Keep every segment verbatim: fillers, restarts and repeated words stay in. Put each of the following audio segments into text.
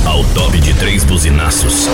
ao top de três buzinaços.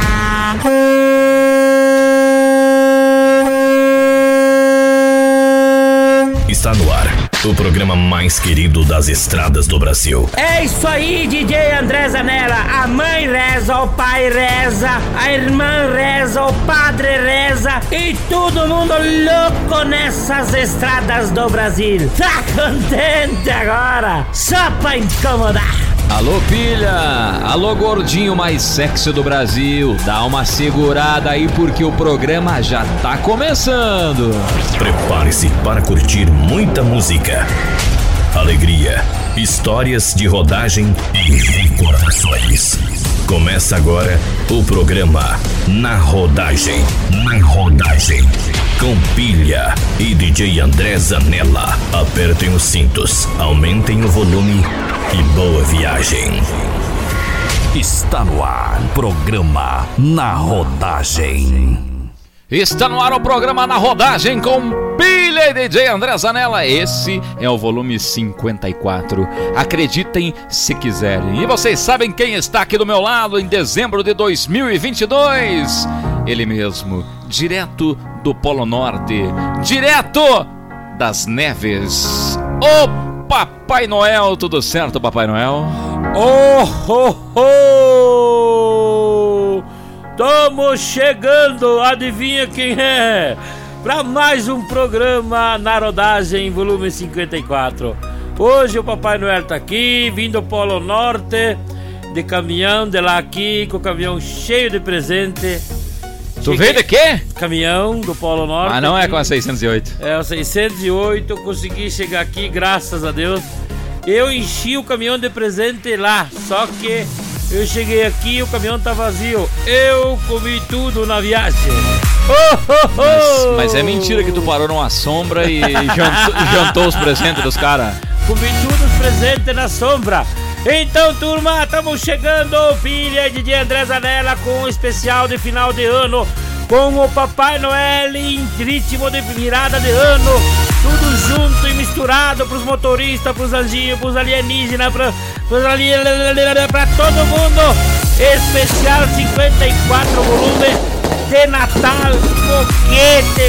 Está no ar o programa mais querido das estradas do Brasil. É isso aí, D J André Zanella. A mãe reza, o pai reza, a irmã reza, o padre reza e todo mundo louco nessas estradas do Brasil. Tá contente agora? Só pra incomodar. Alô, pilha! Alô, gordinho mais sexy do Brasil. Dá uma segurada aí porque o programa já tá começando. Prepare-se para curtir muita música, alegria, histórias de rodagem e recordações. Começa agora o programa Na Rodagem. Na Rodagem. Com Pilha e D J André Zanella. Apertem os cintos, aumentem o volume e boa viagem. Está no ar o programa Na Rodagem. Está no ar o programa Na Rodagem com Pilha e D J André Zanella. Esse é o volume cinquenta e quatro. Acreditem se quiserem. E vocês sabem quem está aqui do meu lado em dezembro de dois mil e vinte e dois? Ele mesmo, direto do Polo Norte, direto das neves, o Papai Noel. Tudo certo, Papai Noel? Oh, oh, oh! Estamos chegando, adivinha quem é? Para mais um programa Na Rodagem, volume cinquenta e quatro. Hoje o Papai Noel tá aqui, vindo do Polo Norte, de caminhão, de lá aqui, com o caminhão cheio de presente. Tu veio de quê? Caminhão do Polo Norte. Ah, não aqui. É com a seiscentos e oito. É, o seiscentos e oito, eu consegui chegar aqui, graças a Deus. Eu enchi o caminhão de presente lá, só que eu cheguei aqui e o caminhão tá vazio. Eu comi tudo na viagem. Oh, oh, oh. Mas, mas é mentira que tu parou numa sombra e jantou, jantou os presentes dos caras. Comi tudo os presentes na sombra. Então, turma, estamos chegando, Pilha e D J André Zanella, com um especial de final de ano, com o Papai Noel em ritmo de virada de ano, tudo junto e misturado pros motoristas, pros anjinhos, pros alienígenas, pra, pros alienígenas, pra todo mundo. Especial cinquenta e quatro, volume de Natal, foguete,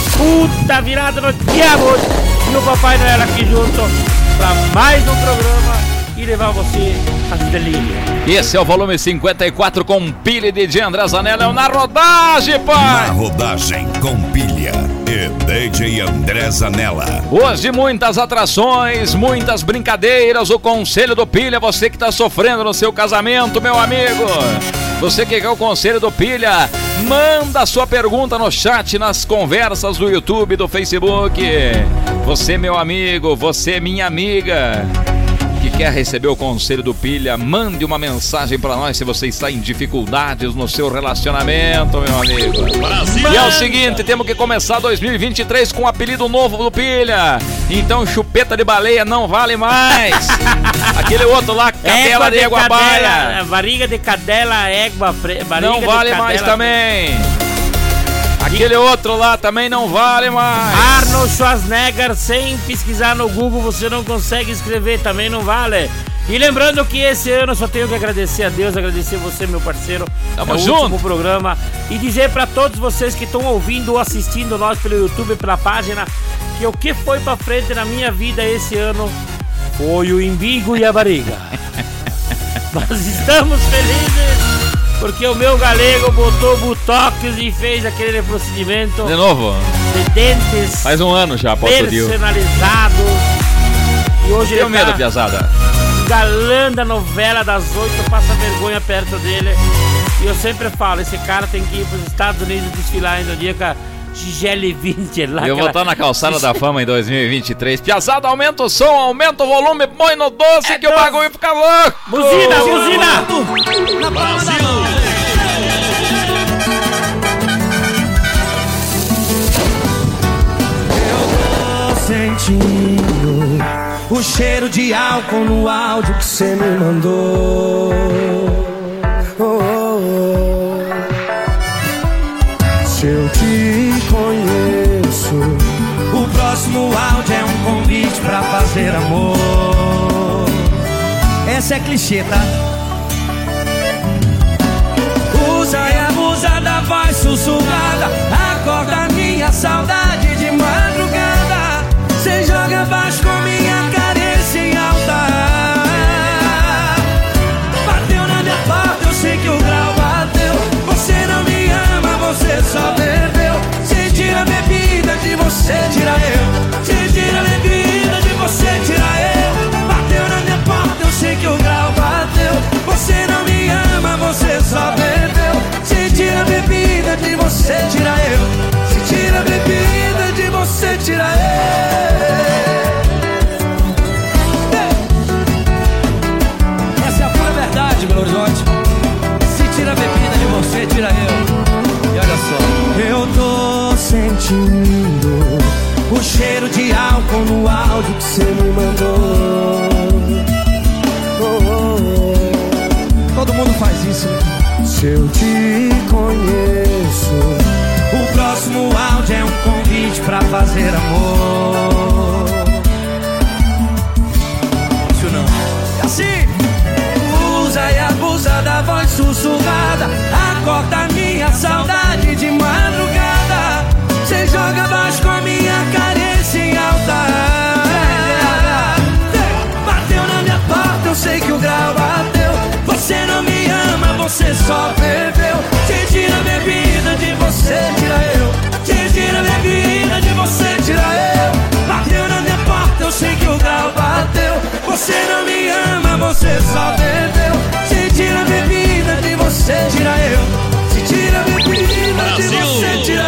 puta virada no diabo. E o Papai Noel aqui junto pra mais um programa e levar você às delírias. Esse é o volume cinquenta e quatro com Pilha e D J André Zanella. É o Na Rodagem, pai! Na Rodagem com Pilha e D J André Zanella. Hoje muitas atrações, muitas brincadeiras. O conselho do Pilha, você que tá sofrendo no seu casamento, meu amigo. Você que quer o conselho do Pilha, manda sua pergunta no chat, nas conversas do YouTube, do Facebook. Você, meu amigo, você, minha amiga, que quer receber o conselho do Pilha, mande uma mensagem pra nós se você está em dificuldades no seu relacionamento, meu amigo. Brasil. E é o seguinte, temos que começar dois mil e vinte e três com um apelido novo do Pilha. Então chupeta de baleia não vale mais. Aquele outro lá, cadela égua de égua baia. Barriga de cadela, égua fre... Não vale mais também. Aquele outro lá também não vale mais. Arnold Schwarzenegger, sem pesquisar no Google você não consegue escrever, também não vale. E lembrando que esse ano eu só tenho que agradecer a Deus, agradecer você, meu parceiro. Tamo é o junto. Último programa. E dizer pra todos vocês que estão ouvindo ou assistindo nós pelo YouTube, pela página, que o que foi pra frente na minha vida esse ano foi o umbigo e a barriga. Nós estamos felizes porque o meu galego botou botox e fez aquele procedimento de novo de dentes. Faz um ano já, personalizado. E hoje Tenho ele medo, tá piazada. galã da novela das oito, passa vergonha perto dele. E eu sempre falo, esse cara tem que ir pros Estados Unidos desfilar no dia com a Gisele Bündchen lá. Eu vou estar na calçada da fama em dois mil e vinte e três. Piazada, aumenta o som, aumenta o volume, põe no doce é que doce. O bagulho fica louco. Buzina, buzina! Na Brasil! Eu tô sentindo o cheiro de álcool no áudio que cê me mandou. Oh, oh, oh. Se eu te conheço, o próximo áudio é um convite pra fazer amor. Essa é clichê, tá? sussurrada, acorda minha saudade de madrugada. Cê joga baixo com minha carência em alta. Bateu na minha porta, eu sei que o grau bateu. Você não me ama, você só bebeu. Cê tira a bebida de você, tira eu. Cê tira a bebida de você, tira eu. Bateu na minha porta, eu sei que o grau bateu. Você não me ama, você só bebeu. Cê tira a bebida de você, tira eu. Cê tira a bebida de você, tira eu. Essa é a pura verdade, Belo Horizonte. Se tira a bebida de você, tira eu. E olha só, eu tô sentindo o cheiro de álcool no áudio que você me mandou. Oh, oh, oh. Todo mundo faz isso. Se eu te conheço, o próximo áudio é um convite pra fazer amor. Isso não. É assim. Usa e abusa da voz sussurrada, acorda minha saudade de madrugada. Cê joga baixo com a minha carência em alta. Bateu na minha porta, eu sei que o grau bateu. Você não me ama, você só bebeu. Cê tira a bebida de você, tira eu. Cê tira a bebida de você, tira eu. Bateu na minha porta, eu sei que o grau bateu. Você não me ama, você só bebeu. Cê tira a bebida de você, tira eu. Cê tira a bebida de você, tira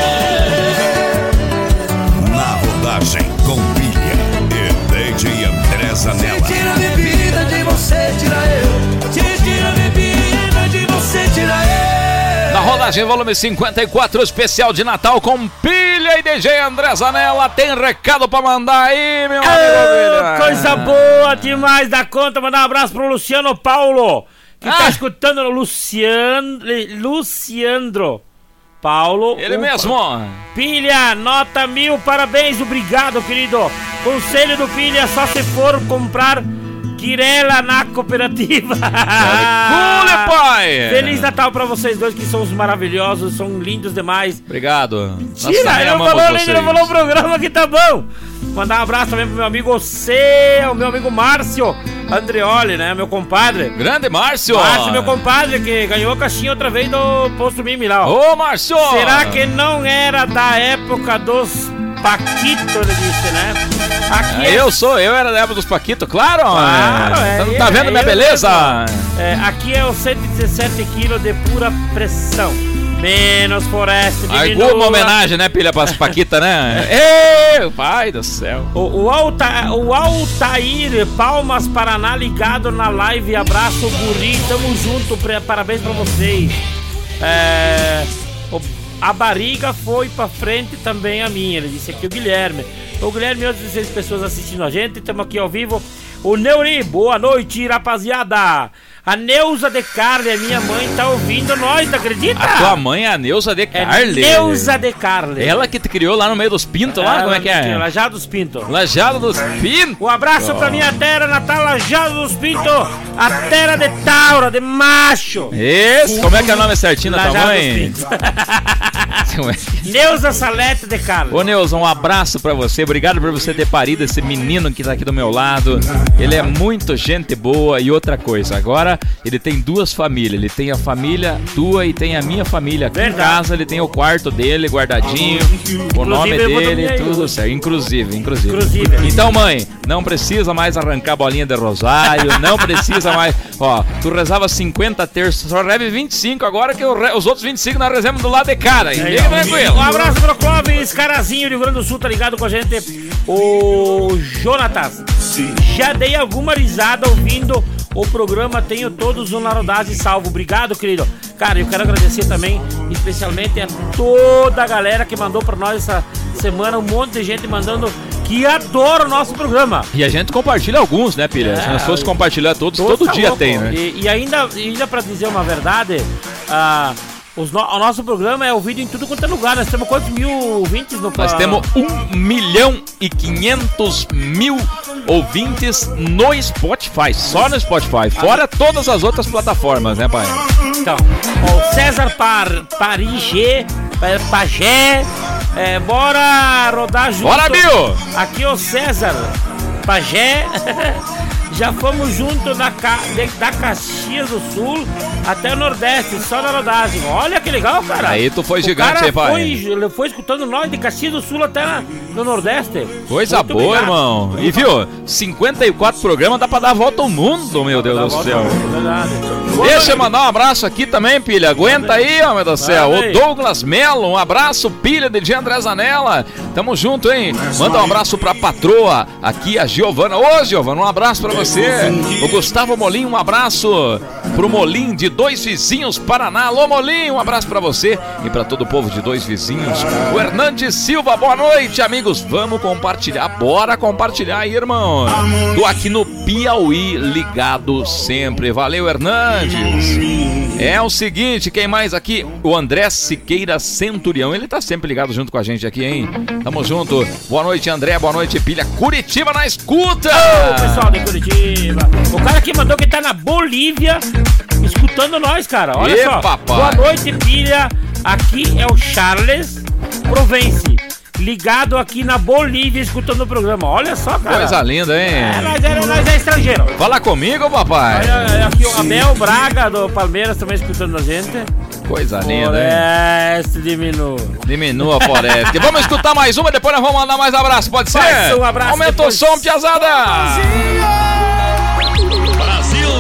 eu. Na rodagem com Pilha e D J André Zanella. Cê tira a bebida de você, tira eu. Cê tira a bebida de você, tira eu. Na rodagem volume cinquenta e quatro, especial de Natal com Pilha e D J André Zanella. Tem recado pra mandar aí, meu amigo Pilha? Coisa boa demais da conta. Mandar um abraço pro Luciano Paulo, que ah. tá escutando o Luciano, Luciandro Paulo. Ele o... mesmo. Pilha, nota mil, parabéns, obrigado, querido. Conselho do Pilha, só se for comprar quirela na cooperativa. Cule, pai! Feliz Natal pra vocês dois, que são os maravilhosos, são lindos demais. Obrigado. Tira, ele não falou, ele não falou o programa que tá bom. Mandar um abraço também pro meu amigo C, o meu amigo Márcio Andreoli, né, meu compadre. Grande Márcio! Márcio, meu compadre, que ganhou a caixinha outra vez do Posto Mimi lá, ó. Ô, Márcio! Será que não era da época dos Paquito, ele disse, né? Aqui é... é... Eu sou, eu era da época dos Paquito, claro! Claro, é. Você não tá vendo é, minha beleza? É, aqui é o cento e dezessete quilos de pura pressão. Menos Forest, diminua. Alguma homenagem, né, Pilha, pras Paquita, né? Ei, pai do céu. O, o, Alta, o Altair Palmas Paraná ligado na live. Abraço, guri, tamo junto, parabéns pra vocês. É, o, a barriga foi pra frente também a minha. Ele disse aqui o Guilherme. O Guilherme e outras dezesseis pessoas assistindo a gente. Estamos aqui ao vivo. O Neuri, boa noite, rapaziada. A Neuza de Carli, a minha mãe, tá ouvindo nós, acredita? A tua mãe é a Neuza de Carli? É Neuza de Carli. Ela que te criou lá no meio dos pintos, lá? Como é que é? Lajado dos Pintos. Lajado dos Pintos. Um abraço oh. pra minha terra natal, Lajado dos Pintos. A terra de Taura, de macho. Isso, como é que é o nome certinho da tua mãe? Neuza Salete de Carli. Ô Neuza, um abraço pra você. Obrigado por você ter parido esse menino que tá aqui do meu lado. Ele é muito gente boa. E outra coisa, agora ele tem duas famílias. Ele tem a família tua e tem a minha família. Aqui Verdade. Em casa ele tem o quarto dele guardadinho, o nome dele, tudo certo. Inclusive, inclusive, inclusive. Então, mãe, não precisa mais arrancar bolinha de rosário. Não precisa mais. Ó, tu rezava cinquenta terços, só reze vinte e cinco agora, que os outros vinte e cinco nós rezamos do lado de cara. E é, tranquilo. Um abraço pro Clóvis Carazinho, do Rio Grande do Sul, tá ligado com a gente. O Jonatas. Já dei alguma risada ouvindo o programa, tenho todos o Narodagem salvo. Obrigado, querido. Cara, eu quero agradecer também, especialmente a toda a galera que mandou pra nós essa semana, um monte de gente mandando que adora o nosso programa. E a gente compartilha alguns, né, Pilha? É, Se nós fosse compartilhar todos, todo tá dia louco. Tem, né? E, e ainda, ainda pra dizer uma verdade, ah, Os no, o nosso programa é ouvido em tudo quanto é lugar. Nós temos quantos mil ouvintes no Nós temos um milhão e quinhentos mil ouvintes no Spotify. Só no Spotify. Fora todas as outras plataformas, né, pai? Então, ó, o César Par, Parigê, Pagé, é, bora rodar junto. Bora, Bill! Aqui o César Pagé. Já fomos juntos da, de, da Caxias do Sul até o Nordeste, só na rodagem. Olha que legal, cara. Aí tu foi o gigante, cara hein, pai? Foi, ele foi escutando nós de Caxias do Sul até na, no Nordeste. Coisa Muito boa, obrigado. irmão. E viu, cinquenta e quatro programas dá pra dar a volta ao mundo, meu Deus do céu. Verdade. Deixa eu mandar um abraço aqui também, Pilha. Aguenta aí, ó, meu Deus do céu. O Douglas Melo, um abraço, Pilha de André Zanella. Tamo junto, hein? Manda um abraço pra patroa, aqui a Giovana. Ô, Giovana, um abraço pra você. O Gustavo Molim, um abraço pro Molim de Dois Vizinhos, Paraná. Alô, Molim, um abraço pra você e pra todo o povo de Dois Vizinhos. O Hernandes Silva, boa noite, amigos. Vamos compartilhar, bora compartilhar aí, irmão. Tô aqui no Piauí, ligado sempre. Valeu, Hernandes. É o seguinte, quem mais aqui? O André Siqueira Centurião. Ele tá sempre ligado junto com a gente aqui, hein? Tamo junto. Boa noite, André. Boa noite, Pilha. Curitiba na escuta. Ô, pessoal de Curitiba. O cara que mandou que tá na Bolívia escutando nós, cara. Olha E só. papai. Boa noite, Pilha. Aqui é o Charles Provence. Ligado aqui na Bolívia escutando o programa. Olha só, cara. Coisa linda, hein? É, nós é, nós é estrangeiro. Fala comigo, papai. Olha, aqui o Abel Braga do Palmeiras também escutando a gente. Coisa linda, hein? Foreste diminua. Diminua, Foreste. Vamos escutar mais uma, depois nós vamos mandar mais abraço, pode ser? Mais um abraço. Aumenta depois. o som, piazada. Brasil!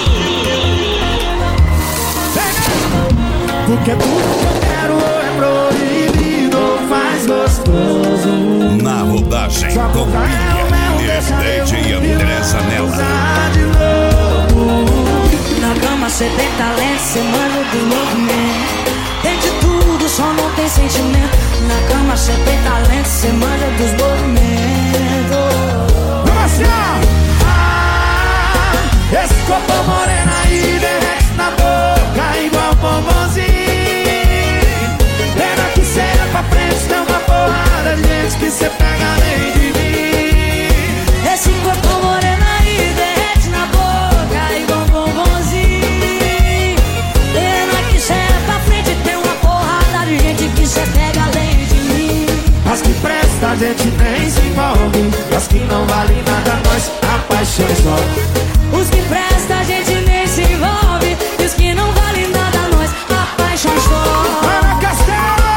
Porque tudo que eu quero é proibido, faz gostoso. Na rodagem Sua com boca é o mel, Pilha deixa e eu D J André Zanella. usar de novo. Na cama cê tem talento, cê manda do movimento. Tem de tudo, só não tem sentimento. Na cama cê tem talento, cê manja dos movimentos. Vamos assim, ó. Ah, esse corpo moreno aí derrete na boca igual bombonzinho. Pena que cê é pra frente, tem uma porrada de gente que cê pega além de mim. Esse corpo moreno aí derrete na boca igual bombonzinho. Pena que cê é pra frente, tem uma porrada de gente que cê pega além de mim. As que presta a gente nem se envolve, as que não valem nada nós apaixonamos. Os que prestam a gente nem se envolve, e os que não valem nada nós apaixonamos. Para Castelo!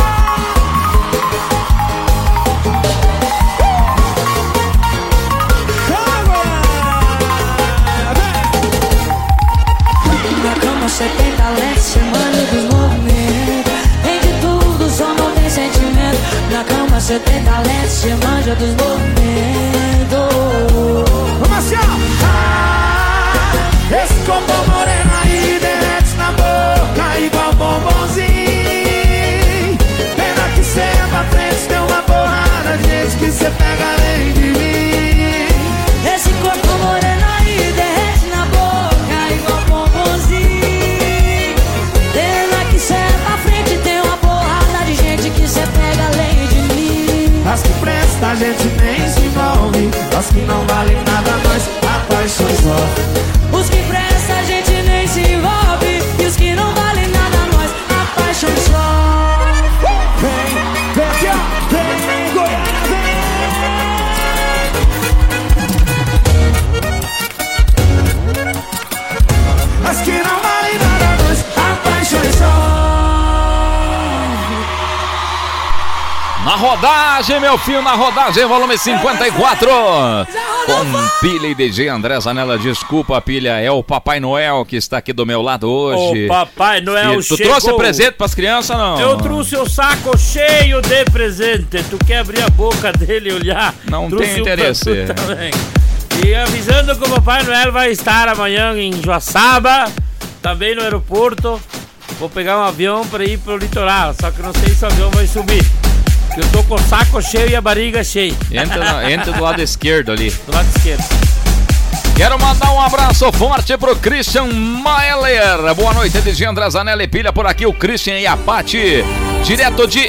Na cama cê tem talento, cê manda dos movimentos. Tem de tudo, só não tem sentimento. Na cama cê tem talento, cê manja dos movimentos. Vamos assim, ó. Ah, esse corpo moreno aí derrete na boca igual bombonzinho. Pena que cê é pra frente, tem uma porrada de gente que cê pega além de mim. Esse corpo moreno aí derrete na boca igual bombonzinho. Pena que cê é pra frente, tem uma porrada de gente que cê pega além de mim. As que presta a gente nem se envolve, as que não valem nada nós apaixonamos. Os que prestam a gente nem se envolve, e os que não valem nada nós apaixonamos. Vem, vem aqui, ó. Vem, Goiânia, vem. As que não valem nada nós apaixonamos. Na rodagem, meu filho, na rodagem, volume cinquenta e quatro. Com Pilha e D J André Zanella. Desculpa, Pilha, é o Papai Noel que está aqui do meu lado hoje. O Papai Noel E tu chegou. trouxe presente pras crianças, não? Eu trouxe o saco cheio de presente. Tu quer abrir a boca dele e olhar? Não Trouxe tem um pra interesse. tu também. E avisando que o Papai Noel vai estar amanhã em Joaçaba, também no aeroporto. Vou pegar um avião para ir pro litoral, só que não sei se o avião vai subir. Eu tô com o saco cheio e a barriga cheia. Entra, na- entra do lado esquerdo ali. Do lado esquerdo. Quero mandar um abraço forte pro Christian Maeler. Boa noite, D J André Zanella e Pilha por aqui, o Christian e a Pati, direto de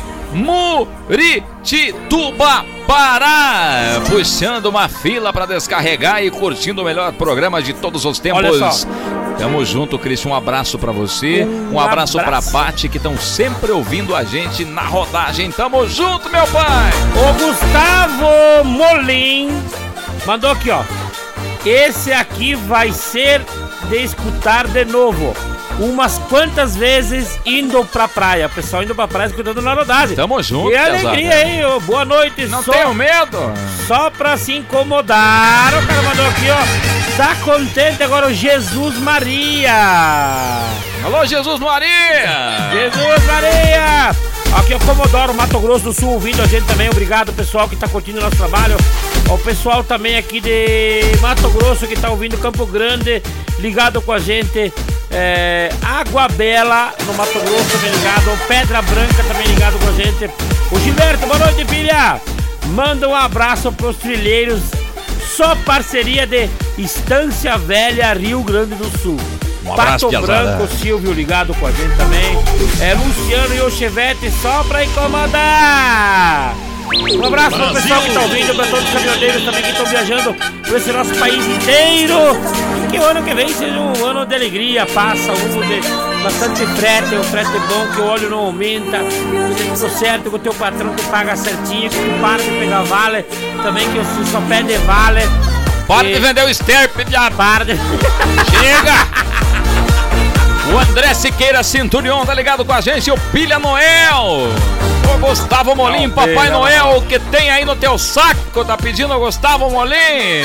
Muritiba, Pará, puxando uma fila para descarregar e curtindo o melhor programa de todos os tempos. Olha só. Tamo junto, Cristian. Um abraço pra você. Um, um abraço, abraço pra Pati, que estão sempre ouvindo a gente na rodagem. Tamo junto, meu pai. O Gustavo Molim mandou aqui, ó. Esse aqui vai ser de escutar de novo. Umas quantas vezes indo pra praia. O pessoal indo pra praia escutando na rodagem. Tamo junto, que alegria, hein? Ô, boa noite. Não só, tenho medo. Só pra se incomodar. O cara mandou aqui, ó. Tá contente agora o Jesus Maria. Alô, Jesus Maria. Jesus Maria. Aqui é o Comodoro, Mato Grosso do Sul, ouvindo a gente também. Obrigado, pessoal, que tá curtindo o nosso trabalho. O pessoal também aqui de Mato Grosso, que tá ouvindo Campo Grande, ligado com a gente. É, Água Bela, no Mato Grosso, também ligado. Pedra Branca, também ligado com a gente. O Gilberto, boa noite, filha. Manda um abraço pros trilheiros. Só parceria de Estância Velha, Rio Grande do Sul. Um abraço, Pato Branco, Silvio ligado com a gente também. É Luciano e o Chevette só pra incomodar. Um abraço pro pessoal que tá ouvindo, pra todos os caminhoneiros também que estão viajando por esse nosso país inteiro. E que o ano que vem seja um ano de alegria, paz, saúde, bastante frete, um frete bom, que o óleo não aumenta, que tudo certo, que o teu patrão te paga certinho, que tu para de pegar vale, também que você só pede vale. Para e... de vender o Sterp, viado. Para de... Chega! O André Siqueira Cinturion tá ligado com a gente, o Pilha Noel. O Gustavo Molim, não, Papai não, Noel, o que tem aí no teu saco? Tá pedindo o Gustavo Molim?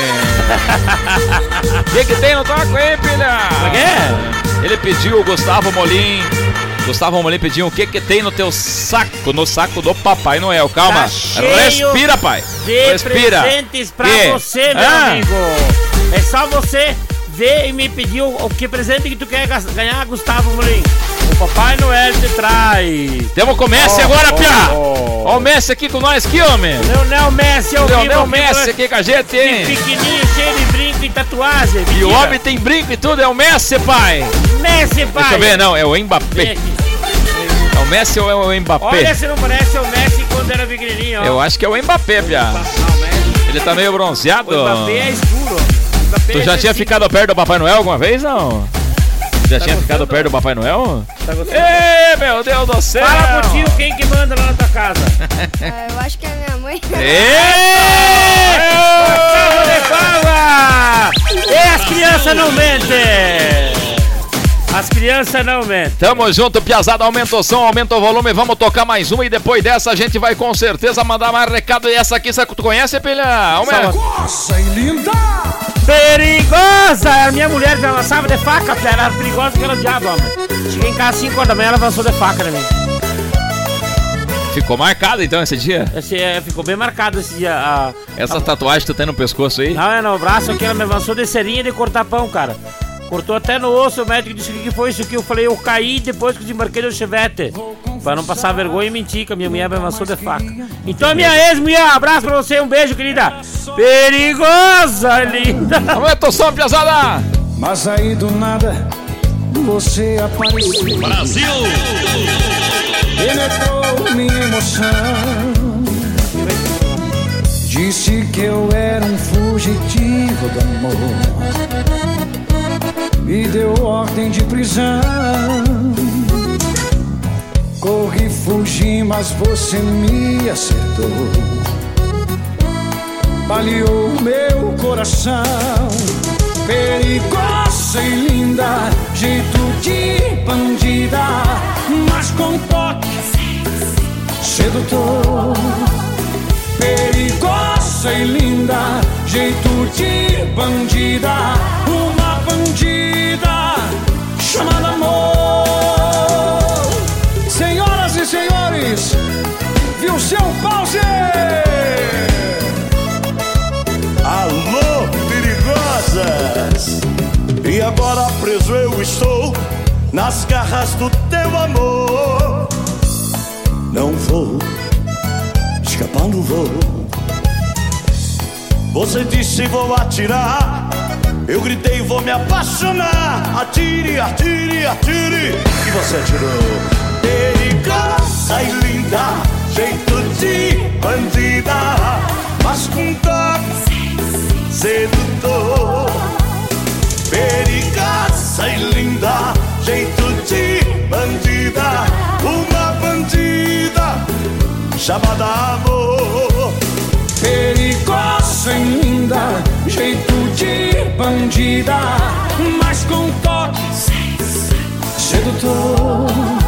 O que que tem no saco aí, Pilha? O quê? Ele pediu o Gustavo Molim. Gustavo Molim pediu o que que tem no teu saco, no saco do Papai Noel. Calma, tá respira, pai. De respira. Presentes pra que? você, meu ah. amigo. É só você ver e me pedir o, o que presente que tu quer ganhar, Gustavo Molim. O Papai Noel te traz. Temos com o Messi oh, agora, oh, Pia. Oh. Ó o Messi aqui com nós, aqui, homem. Leonel Messi, é o Leonel Messi aqui com a gente, hein? Pequenininho, cheio de brinco e tatuagem. E o homem tem brinco e tudo, é o Messi, pai. Messi, pai. Deixa eu ver, não, é o Mbappé. É o Messi ou é o Mbappé? Olha se não parece o Messi quando era pequenininho, ó. Eu acho que é o Mbappé, Pia. Ele tá meio bronzeado. O Mbappé é escuro. Mbappé tu já é tinha assim. ficado perto do Papai Noel alguma vez, não? Já tá tinha gostando? ficado perto do Papai Noel? Tá gostando? Ê, meu Deus do céu! Fala pro tio quem que manda lá na tua casa. Uh, eu acho que é minha mãe. Ê! Fala! E as crianças não mentem! As crianças não mentem. Tamo junto, piazada. Aumenta o som, aumenta o volume. Vamos tocar mais uma e depois dessa a gente vai com certeza mandar mais recado. E essa aqui, sabe que tu conhece, Pilha? Perigosa e linda! Perigosa! A minha mulher me avançava de faca, ela era perigosa que ela odiava, homem. Cheguei em casa às cinco horas da manhã, ela avançou de faca na mim. Ficou marcado então esse dia? Esse, é, ficou bem marcado esse dia. A, Essa a... tatuagem que tu tem no pescoço aí? Não, é no braço aqui, ela me avançou de cerinha de cortar pão, cara. Cortou até no osso, o médico disse que foi isso aqui. Eu falei, eu caí depois que desembarquei no Chevette. Pra não passar vergonha e mentir, que a minha mulher me avançou de faca. Então, minha ex-mulher, abraço pra você, um beijo, querida. Perigosa, linda. Aumenta o som, piazada. Mas aí do nada, você apareceu. Brasil! Penetrou minha emoção. Disse que eu era um fugitivo do amor. Me deu ordem de prisão. Corri, fugi, mas você me acertou. Baleou meu coração. Perigosa e linda, jeito de bandida, mas com toque sedutor. Perigosa e linda, jeito de bandida, uma bandida chamada amor. Senhoras e senhores, viu seu pause? Alô, perigosas! E agora preso eu estou nas garras do teu amor. Não vou escapar, não vou. Você disse vou atirar, eu gritei vou me apaixonar. Atire, atire, atire, e você atirou. Perigosa e linda, jeito de bandida, mas com toque sedutor. Perigosa e linda, jeito de bandida, uma bandida chamada amor. Perigosa e linda, jeito de bandida, mas com toque sedutor.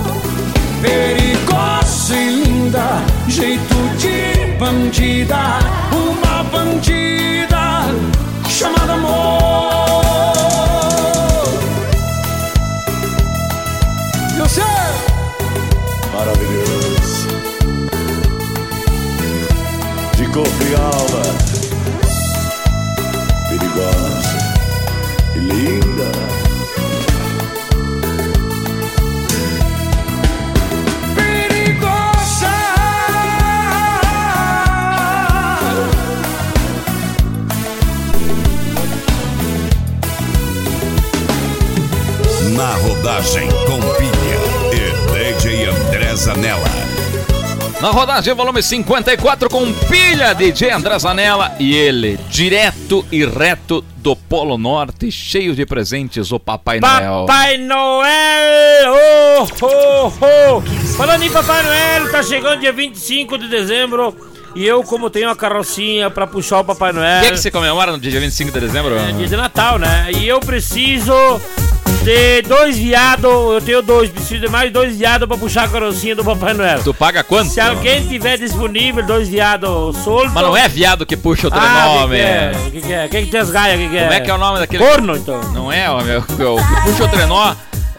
Perigosa e linda, jeito de bandida, uma bandida chamada amor. Eu sei. Maravilhoso, de corpo e alma, perigosa e linda. Perigosa. Na rodagem com pilha e D J André Zanella. Na rodagem, volume cinquenta e quatro com pilha, D J André Zanella. E ele, direto e reto do Polo Norte, cheio de presentes, o Papai Noel. Papai Noel! Oh, oh, oh. Falando em Papai Noel, tá chegando dia vinte e cinco de dezembro. E eu, como tenho uma carrocinha pra puxar o Papai Noel... O que, que você comemora no dia vinte e cinco de dezembro? É dia de Natal, né? E eu preciso de dois viados, eu tenho dois, preciso de mais dois viados pra puxar a carrocinha do Papai Noel. Tu paga quanto? Se alguém tiver disponível, dois viados soltos... Mas não é viado que puxa o Ah, trenome. que que é? O que, que é? Quem que tem as gaias? Que que é? Como é que é o nome daquele... Corno, então. Não é, homem, o que puxa o trenó.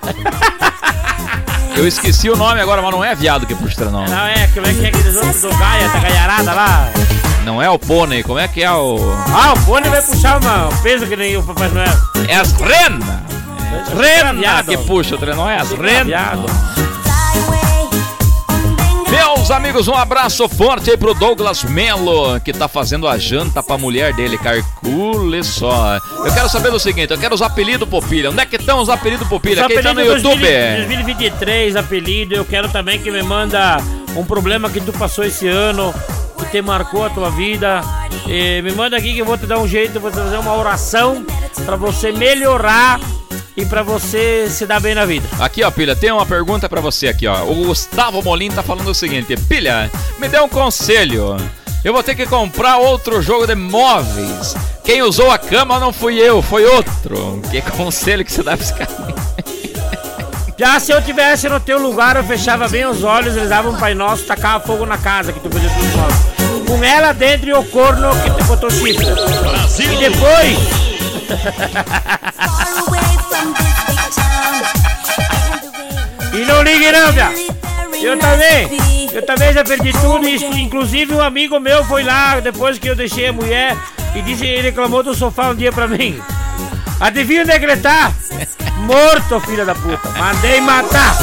Eu esqueci o nome agora, mas não é viado que puxa o trenó. Não é, como é que é aqueles outros do gaia, da gaiarada lá? Não é o pônei, como é que é o... Ah, o pônei vai puxar uma, um peso que nem o Papai Noel. É as renas. Rena viado. que puxa o trenó, é as Viado. renas. Meus amigos, um abraço forte aí pro Douglas Melo, que tá fazendo a janta pra mulher dele, calcule só. Eu quero saber o seguinte, eu quero os apelidos pro Pilha. Onde é que estão os apelidos pro Pilha? Quem tá no YouTube? dois mil e vinte e três, apelido. Eu quero também que me manda um problema que tu passou esse ano, que te marcou a tua vida. E me manda aqui que eu vou te dar um jeito, vou te fazer uma oração pra você melhorar e pra você se dar bem na vida. Aqui, ó, Pilha, tem uma pergunta pra você aqui, ó. O Gustavo Molin tá falando o seguinte: Pilha, me dê um conselho. Eu vou ter que comprar outro jogo de móveis. Quem usou a cama não fui eu, foi outro. Que conselho que você dá pra esse cara? Já se eu tivesse no teu lugar, eu fechava bem os olhos, eles davam um Pai Nosso, tacava fogo na casa, que tu podia tudo novo. Com ela dentro e o corno que te botou chifre. Brasil. E depois... E não ligue não, Pia. Eu também, eu também já perdi tudo, isso, inclusive um amigo meu foi lá, depois que eu deixei a mulher, e disse, ele reclamou do sofá um dia pra mim. Adivinha onde é que ele tá? Morto, filha da puta. Mandei matar.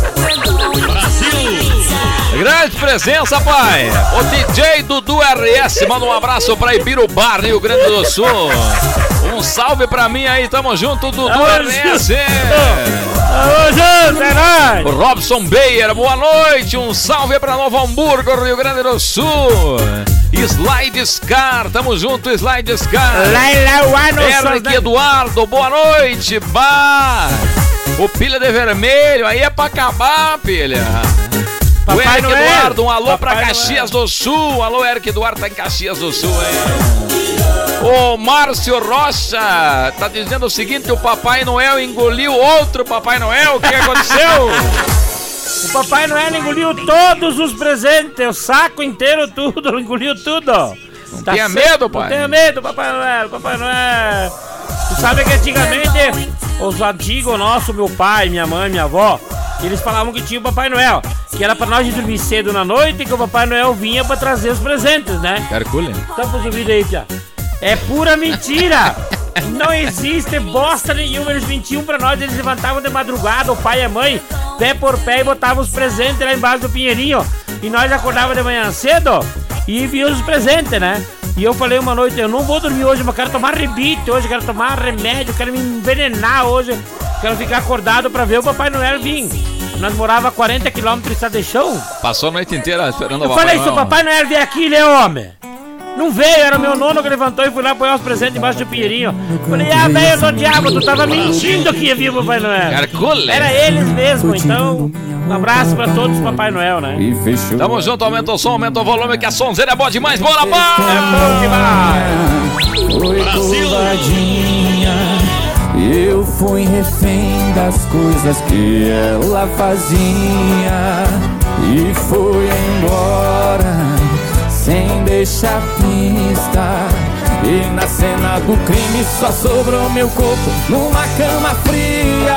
Grande presença, pai. O D J Dudu R S manda um abraço pra Ibirubá, Rio Grande do Sul. Um salve pra mim aí, tamo junto, Dudu R S. Tamo junto, é nóis. O Robson Beyer, boa noite. Um salve pra Novo Hamburgo, Rio Grande do Sul. Slide Scar, tamo junto, Slide Scar. Eric Eduardo, boa noite. Bah, o Pilha de Vermelho, aí é pra acabar, Pilha. Papai o Eric Noel. Eduardo, um alô Papai pra Caxias Noel. do Sul. Alô, Eric Eduardo, tá em Caxias do Sul, hein? O Márcio Rocha tá dizendo o seguinte: o Papai Noel engoliu outro Papai Noel. O que aconteceu? O Papai Noel engoliu todos os presentes, o saco inteiro, tudo, engoliu tudo. Não Tá tenha certo? medo, pai. Não tenha medo, Papai Noel, Papai Noel. Tu sabe que antigamente, os antigos nossos, meu pai, minha mãe, minha avó, eles falavam que tinha o Papai Noel, que era pra nós dormir cedo na noite e que o Papai Noel vinha pra trazer os presentes, né? Carcule. Tampa o vídeo aí, Pia. É pura mentira. Não existe bosta nenhuma. Eles mentiam pra nós. Eles levantavam de madrugada, o pai e a mãe, pé por pé, e botavam os presentes lá embaixo do pinheirinho. E nós acordávamos de manhã cedo e víamos os presentes, né? E eu falei uma noite: eu não vou dormir hoje, mas quero tomar rebite hoje, quero tomar remédio, quero me envenenar hoje, quero ficar acordado pra ver o Papai Noel vir. Nós morávamos a quarenta quilômetros de estrada de chão. Passou a noite inteira esperando o Eu Papai falei: Noel. se o Papai Noel vier aqui, ele é homem. Não veio, era o meu nono que levantou e fui lá apoiar os presentes embaixo do pinheirinho. Falei, ah, velho do diabo, tu tava mentindo que ia vir o Papai Noel. Carcule. Era eles mesmo, então um abraço pra todos os Papai Noel, né? Tamo junto, aumenta o som, aumenta o volume, que a sonzeira é boa demais, bora, pá! É bom demais! Foi covardia, eu fui refém das coisas que ela fazia e foi embora sem deixar pista. E na cena do crime só sobrou meu corpo numa cama fria.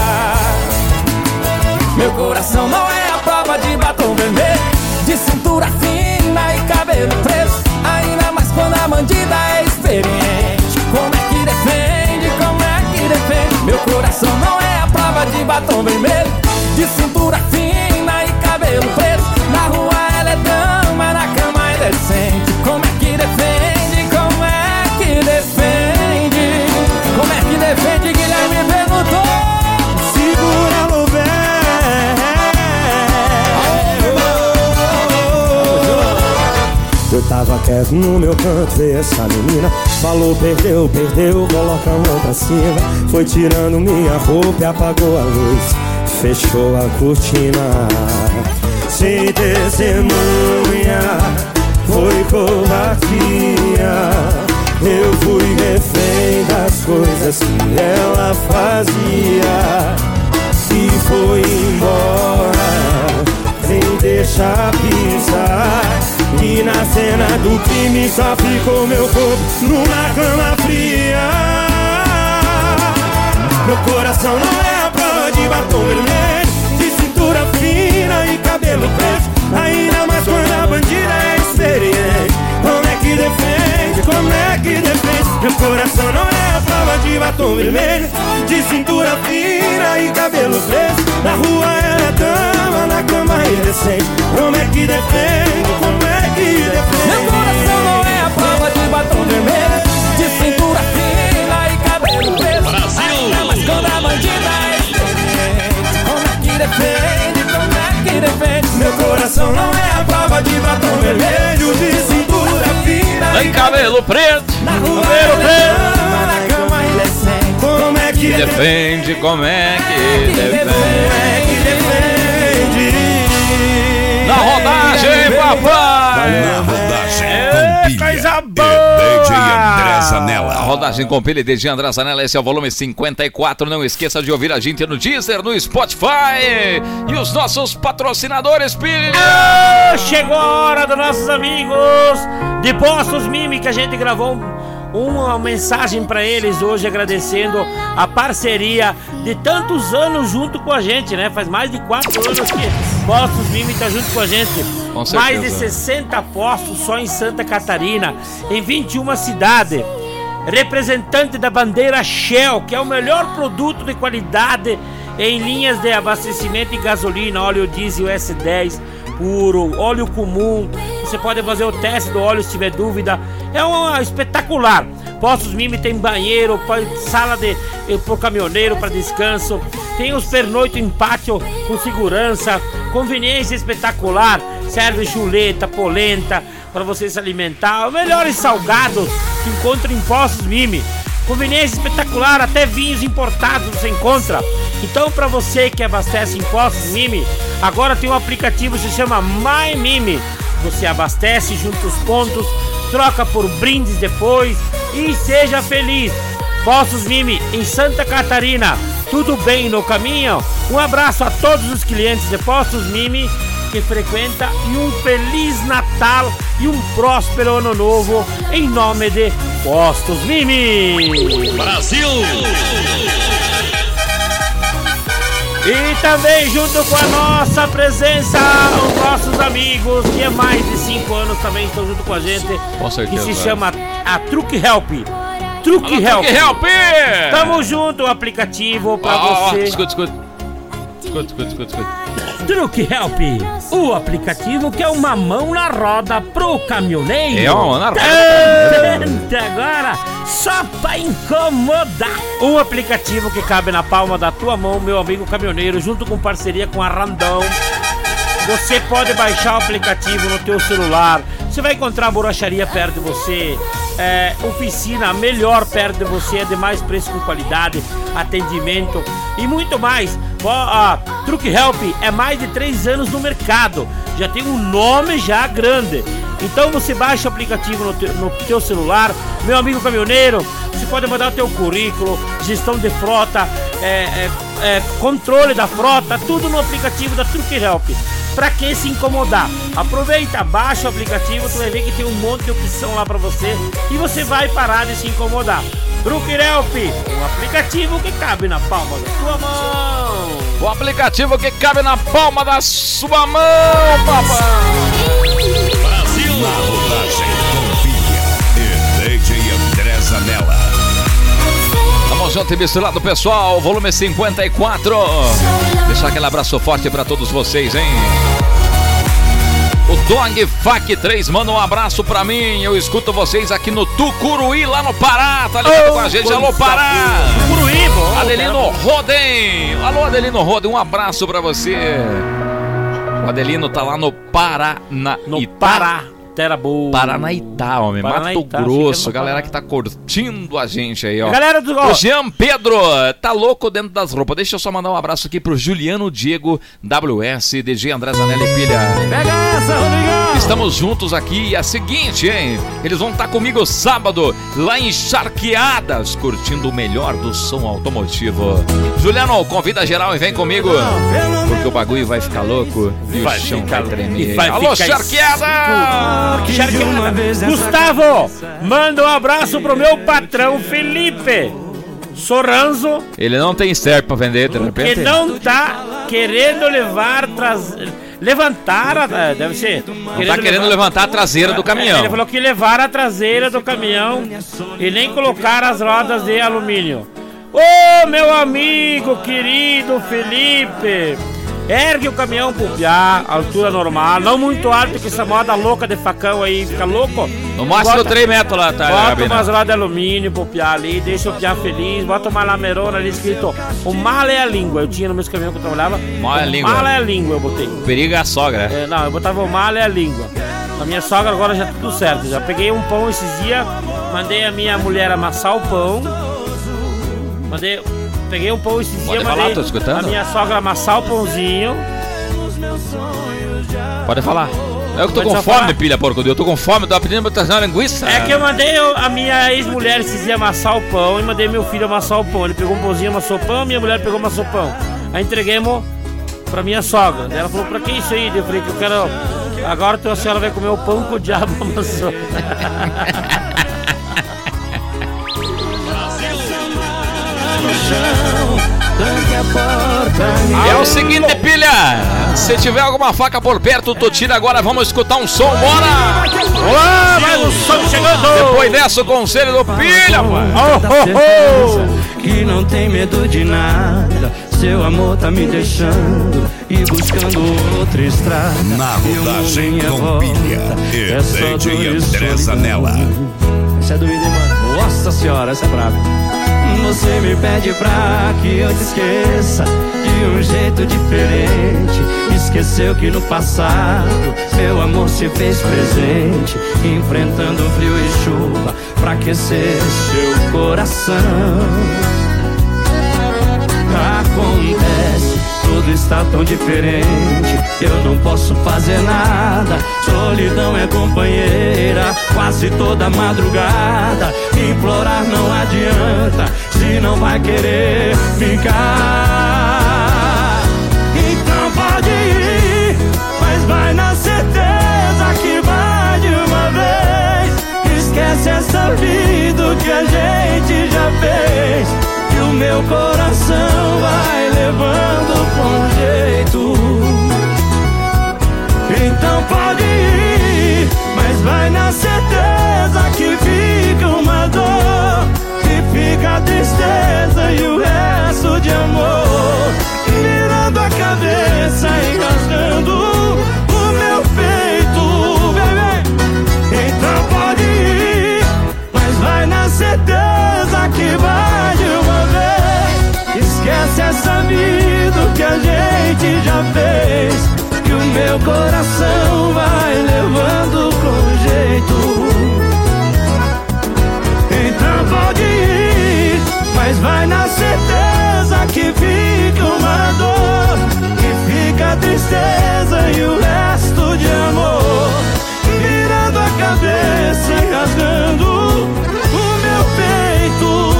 Meu coração não é a prova de batom vermelho, de cintura fina e cabelo preso, ainda mais quando a bandida é experiente. Como é que defende, como é que defende? Meu coração não é a prova de batom vermelho, de cintura fina e cabelo preso. Na rua ela é dama, na cama é decente. Como é que defende, como é que defende? Como é que defende, Guilherme perguntou. Segura no Eu tava quieto no meu canto e essa menina falou, perdeu, perdeu, coloca a mão pra cima. Foi tirando minha roupa e apagou a luz, fechou a cortina. Sem testemunha, foi covardia. Eu fui refém das coisas que ela fazia e foi embora sem deixar pisar. E na cena do crime só ficou meu corpo numa cama fria. Meu coração não é a prova de batom vermelho, de cintura fina e cabelo preso, ainda mais quando a bandida é experiente. Como é que defende, como é que defende? Meu coração não é a prova de batom vermelho, de cintura fina e cabelo preso. Na rua ela é dama, na cama é indecente. Como é que defende, como é que defende? Meu coração não é a prova de batom vermelho, de cintura fina e cabelo preso, ainda mais quando a bandida é experiente. Como é que defende, como é que defende? Meu coração não é a prova de batom vermelho, de cintura fina e cabelo preto. Na rua ela é dama, na cama indecente. Como é que defende, como é que defende? Como é que defende? Na rodagem, papai! Na rodagem É, com pilha coisa e boa! D J André Zanella. A rodagem com pilha e D J André Zanella, esse é o volume cinquenta e quatro. Não esqueça de ouvir a gente no Deezer, no Spotify e os nossos patrocinadores, pilha! Ah, chegou a hora dos nossos amigos de Postos Mimi, que a gente gravou uma mensagem pra eles hoje agradecendo a parceria de tantos anos junto com a gente, né? Faz mais de quatro anos que Postos Mimi tá junto com a gente. Com certeza. Mais de sessenta postos só em Santa Catarina, em vinte e uma cidades. Representante da bandeira Shell, que é o melhor produto de qualidade em linhas de abastecimento em gasolina, óleo diesel S dez puro, óleo comum. Você pode fazer o teste do óleo se tiver dúvida. É uma espetacular. Postos Mimi tem banheiro, sala de pro caminhoneiro para descanso. Tem os pernoitos em pátio com segurança, conveniência espetacular. Serve chuleta, polenta para você se alimentar. Os melhores salgados que encontra em Postos Mimi. Conveniência espetacular, até vinhos importados você encontra. Então, para você que abastece em Postos Mimi, agora tem um aplicativo que se chama My Mimi. Você abastece, junta os pontos, troca por brindes depois e seja feliz. Postos Mimi em Santa Catarina, tudo bem no caminho? Um abraço a todos os clientes de Postos Mimi que frequenta e um Feliz Natal e um próspero Ano Novo em nome de Postos Mimi. Brasil! E também junto com a nossa presença, os nossos amigos que há mais de cinco anos também estão junto com a gente. Com certeza. Que se chama a Truque Help. Truque Help. Truque Help! Tamo junto, o aplicativo pra Ó, ó, você. Escuta, escuta. Escuta, escuta, escuta, escuta. Truque Help, o aplicativo que é uma mão na roda pro caminhoneiro. É uma mão na roda. Tanta agora, só pra incomodar. Um aplicativo que cabe na palma da tua mão, meu amigo caminhoneiro, junto com parceria com a Randon. Você pode baixar o aplicativo no teu celular, Você vai encontrar borracharia perto de você, é, oficina melhor perto de você, de mais preço com qualidade, atendimento e muito mais. A Truck Help é mais de três anos no mercado, já tem um nome já grande. Então você baixa o aplicativo no, te, no teu celular, meu amigo caminhoneiro, você pode mandar o teu currículo, gestão de frota, é, é, é, controle da frota, tudo no aplicativo da Truck Help. Pra que se incomodar? Aproveita, baixa o aplicativo, tu vai ver que tem um monte de opção lá pra você e você vai parar de se incomodar. Truck Help, um aplicativo que cabe na palma da sua mão. O aplicativo que cabe na palma da sua mão, papai. Brasil. Na rodagem com Pilha e D J André Zanella. Tamo junto e misturado, pessoal. Volume cinquenta e quatro. Deixar aquele abraço forte pra todos vocês, hein? O Dong Fac três manda um abraço pra mim. Eu escuto vocês aqui no Tucuruí, lá no Pará. Tá ligado oh, com a gente? Alô, Pará! Tucuruí, bom. Adelino Roden. Alô, Adelino Roden, um abraço pra você. O Adelino tá lá no Paraná. No Pará. Terra boa. Paranaitá, homem. Paranaitá, Mato Grosso. Galera que tá curtindo a gente aí, ó. Galera do... O Jean Pedro tá louco dentro das roupas. Deixa eu só mandar um abraço aqui pro Juliano Diego, W S, D J André Zanella e Pilha. Pega essa, Rodrigão! Estamos juntos aqui e é a seguinte, hein? Eles vão estar comigo sábado, lá em Charqueadas, curtindo o melhor do som automotivo. Juliano, convida geral e vem comigo, porque o bagulho vai ficar louco e vai o chão ficar, vai tremer. Vai Alô, Charqueadas! Gustavo, manda um abraço pro meu patrão Felipe Sorranzo. Ele não tem certo pra vender, de repente. Que não tá querendo levar, traz... levantar, a... deve ser. Não querendo tá querendo levar... levantar a traseira do caminhão. Ele falou que levar a traseira do caminhão e nem colocar as rodas de alumínio. Ô, oh, meu amigo querido Felipe, ergue o caminhão pro piá, altura normal, não muito alto, que essa moda louca de facão aí fica louco. No máximo três metros lá, tá? Bota umas rodas de alumínio pro piá ali, deixa o piá feliz, bota uma lamerona ali escrito: o mal é a língua. Eu tinha no meu caminhão que eu trabalhava. Mal é a língua. Mal é a língua, eu botei. O perigo é a sogra. É, não, eu botava o mal é a língua. A minha sogra agora já tá tudo certo. Já peguei um pão esses dias, mandei a minha mulher amassar o pão. Mandei. Peguei um pão esses dias, mandei tô escutando. A minha sogra amassar o pãozinho. Pode falar. Eu que tô Pode com fome, falar. Pilha, porco. Eu tô com fome, tô pedindo pra trazer uma linguiça. É que eu mandei a minha ex-mulher esses dias amassar o pão e mandei meu filho amassar o pão. Ele pegou um pãozinho, amassou o pão, minha mulher pegou, amassou o pão. Aí entreguemos pra minha sogra. Ela falou: pra que isso aí? Eu falei que eu quero. Agora a senhora vai comer o pão que o diabo amassou. É o seguinte, Pilha, se tiver alguma faca por perto, tu tira agora, vamos escutar um som, bora! Olá, mais um som chegando! Depois dessa, o conselho do Pilha, mano! Oh, oh, oh. Que não tem medo de nada, seu amor tá me deixando e buscando outra estrada. Na rodagem com Pilha e D J André Zanella. Essa é doida, hein, mano? Nossa senhora, essa é brava. Você me pede pra que eu te esqueça de um jeito diferente. Esqueceu que no passado meu amor se fez presente, enfrentando frio e chuva pra aquecer seu coração. Acontece, tudo está tão diferente, eu não posso fazer nada. Solidão é companheira, quase toda madrugada. Implorar não adianta, se não vai querer ficar. Então pode ir, mas vai na certeza que vai de uma vez. Esquece essa vida que a gente já fez, que o meu coração vai levando com jeito. Então pode ir, mas vai na certeza que fica uma dor, que fica a tristeza e o resto de amor, virando a cabeça e rasgando o meu peito, bebê. Então pode ir, mas vai na certeza que vai de uma vez. Esquece essa vida que a gente já fez, que o meu coração vai levando com jeito. mas vai na certeza que fica uma dor, que fica a tristeza e o resto de amor, virando a cabeça e rasgando o meu peito.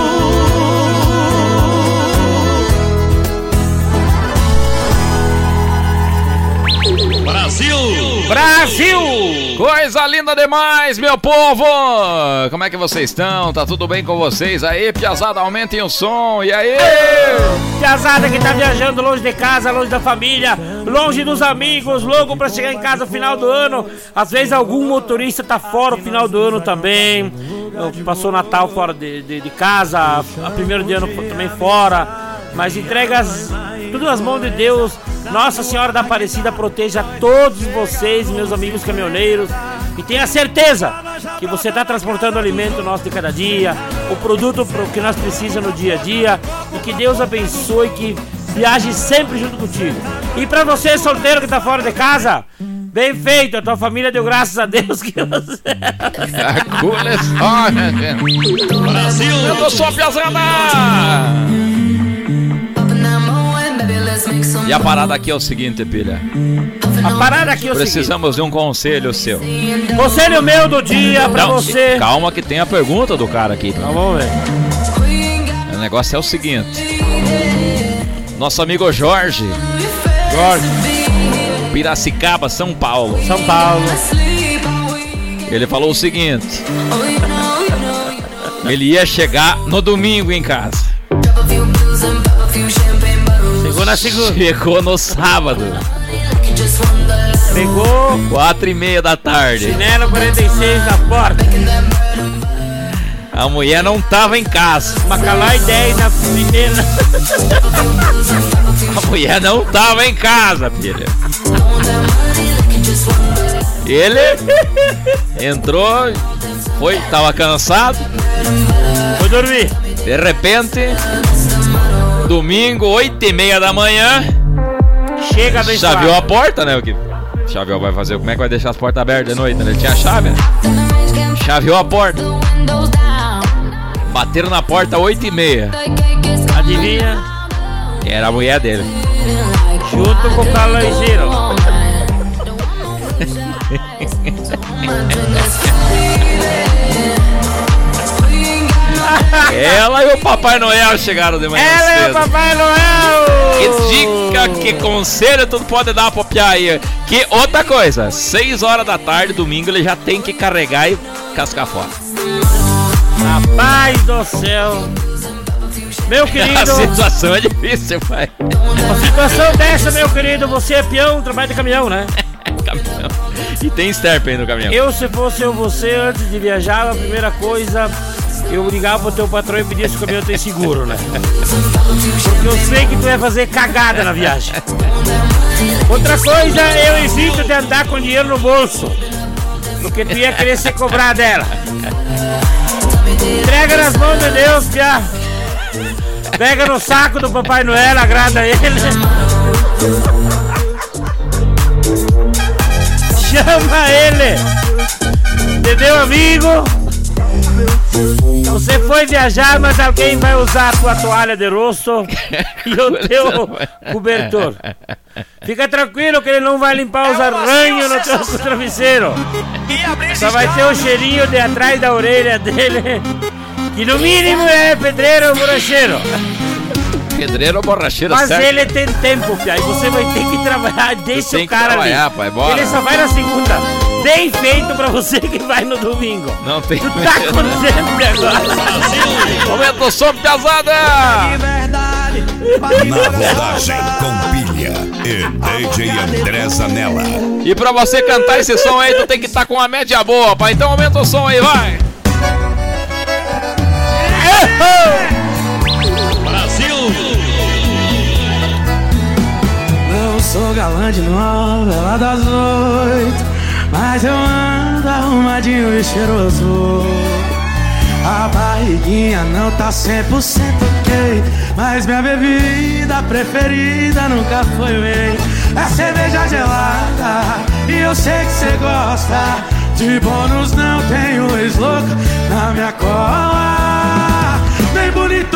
Brasil! Brasil! Coisa linda demais, meu povo! Como é que vocês estão? Tá tudo bem com vocês aí? Piazada, aumentem o som, e aí? Piazada que tá viajando longe de casa, longe da família, longe dos amigos, louco pra chegar em casa no final do ano. Às vezes algum motorista tá fora no final do ano também. Passou o Natal fora de, de, de casa, a primeiro de ano também fora. Mas entregas tudo nas mãos de Deus. Nossa Senhora da Aparecida proteja todos vocês, meus amigos caminhoneiros, e tenha certeza que você está transportando o alimento nosso de cada dia, o produto que nós precisamos no dia a dia, e que Deus abençoe, que viaje sempre junto contigo. E para você solteiro que está fora de casa, bem feito, a tua família deu graças a Deus que você... Brasil! Eu tô só Piazada! E a parada aqui é o seguinte, Pilha. A parada aqui é o Precisamos seguinte. de um conselho seu. Conselho meu do dia pra Não, você. Calma que tem a pergunta do cara aqui. Então, vamos ver. O negócio é o seguinte. Nosso amigo Jorge. Jorge. Piracicaba, São Paulo. São Paulo. Ele falou o seguinte. Ele ia chegar no domingo em casa. Chegou na segunda. Chegou no sábado. Pegou Quatro e meia da tarde. chinelo quarenta e seis na porta. A mulher não tava em casa. Bacalhau e dez na primeira. A mulher não tava em casa, filha. Ele entrou, foi, tava cansado. Foi dormir. De repente, domingo, oito e meia da manhã, chega abençoado. chaveou a porta, né? O que chaveou vai fazer? Como é que vai deixar as portas abertas de noite? Né? Ele tinha chave, né? Chaveou a porta. Bateram na porta oito e meia. Adivinha? Era a mulher dele. Junto com o calangeiro. Ela e o Papai Noel chegaram de manhã Ela cedo. e o Papai Noel. Que dica, que conselho tu pode dar pra Pia aí. Que outra coisa, seis horas da tarde, domingo, ele já tem que carregar e cascar fora. Rapaz do céu. Meu querido, A situação é difícil, pai. uma situação dessa, meu querido, você é peão, trabalha de caminhão, né? Caminhão. E tem sterp aí no caminhão. Eu, se fosse eu, você, antes de viajar, a primeira coisa, eu ligava pro teu patrão e pedia se o caminhão tem seguro, né? Porque eu sei que tu vai fazer cagada na viagem. Outra coisa, eu evito de andar com dinheiro no bolso, porque tu ia querer ser cobrado dela. Entrega nas mãos de Deus, Pia. Pega no saco do Papai Noel, agrada ele. Chama ele. Entendeu, amigo? Você foi viajar, mas alguém vai usar a tua toalha de rosto e o teu cobertor. Fica tranquilo que ele não vai limpar os arranhos no teu travesseiro. Só vai ter o cheirinho de atrás da orelha dele, que no mínimo é pedreiro ou borracheiro. Pedreiro ou borracheiro, Mas certo? ele tem tempo, Pia, e você vai ter que trabalhar. Deixa tem o cara que trabalhar, ali. pai, bora. Ele só vai na segunda. Bem feito pra você que vai no domingo. Não tem. Tu tá com tempo agora. Momento som pesada! Na rodagem com pilha e D J André Zanella. E pra você cantar esse som aí, tu tem que estar tá com uma média boa, pai. Então aumenta o som aí, vai! Brasil! Não sou galã de novela das oito, mas eu ando arrumadinho e cheiroso. A barriguinha não tá cem por cento ok, mas minha bebida preferida nunca foi whey. É cerveja gelada e eu sei que cê gosta. De bônus não tenho ex-louco na minha cola. Bem bonito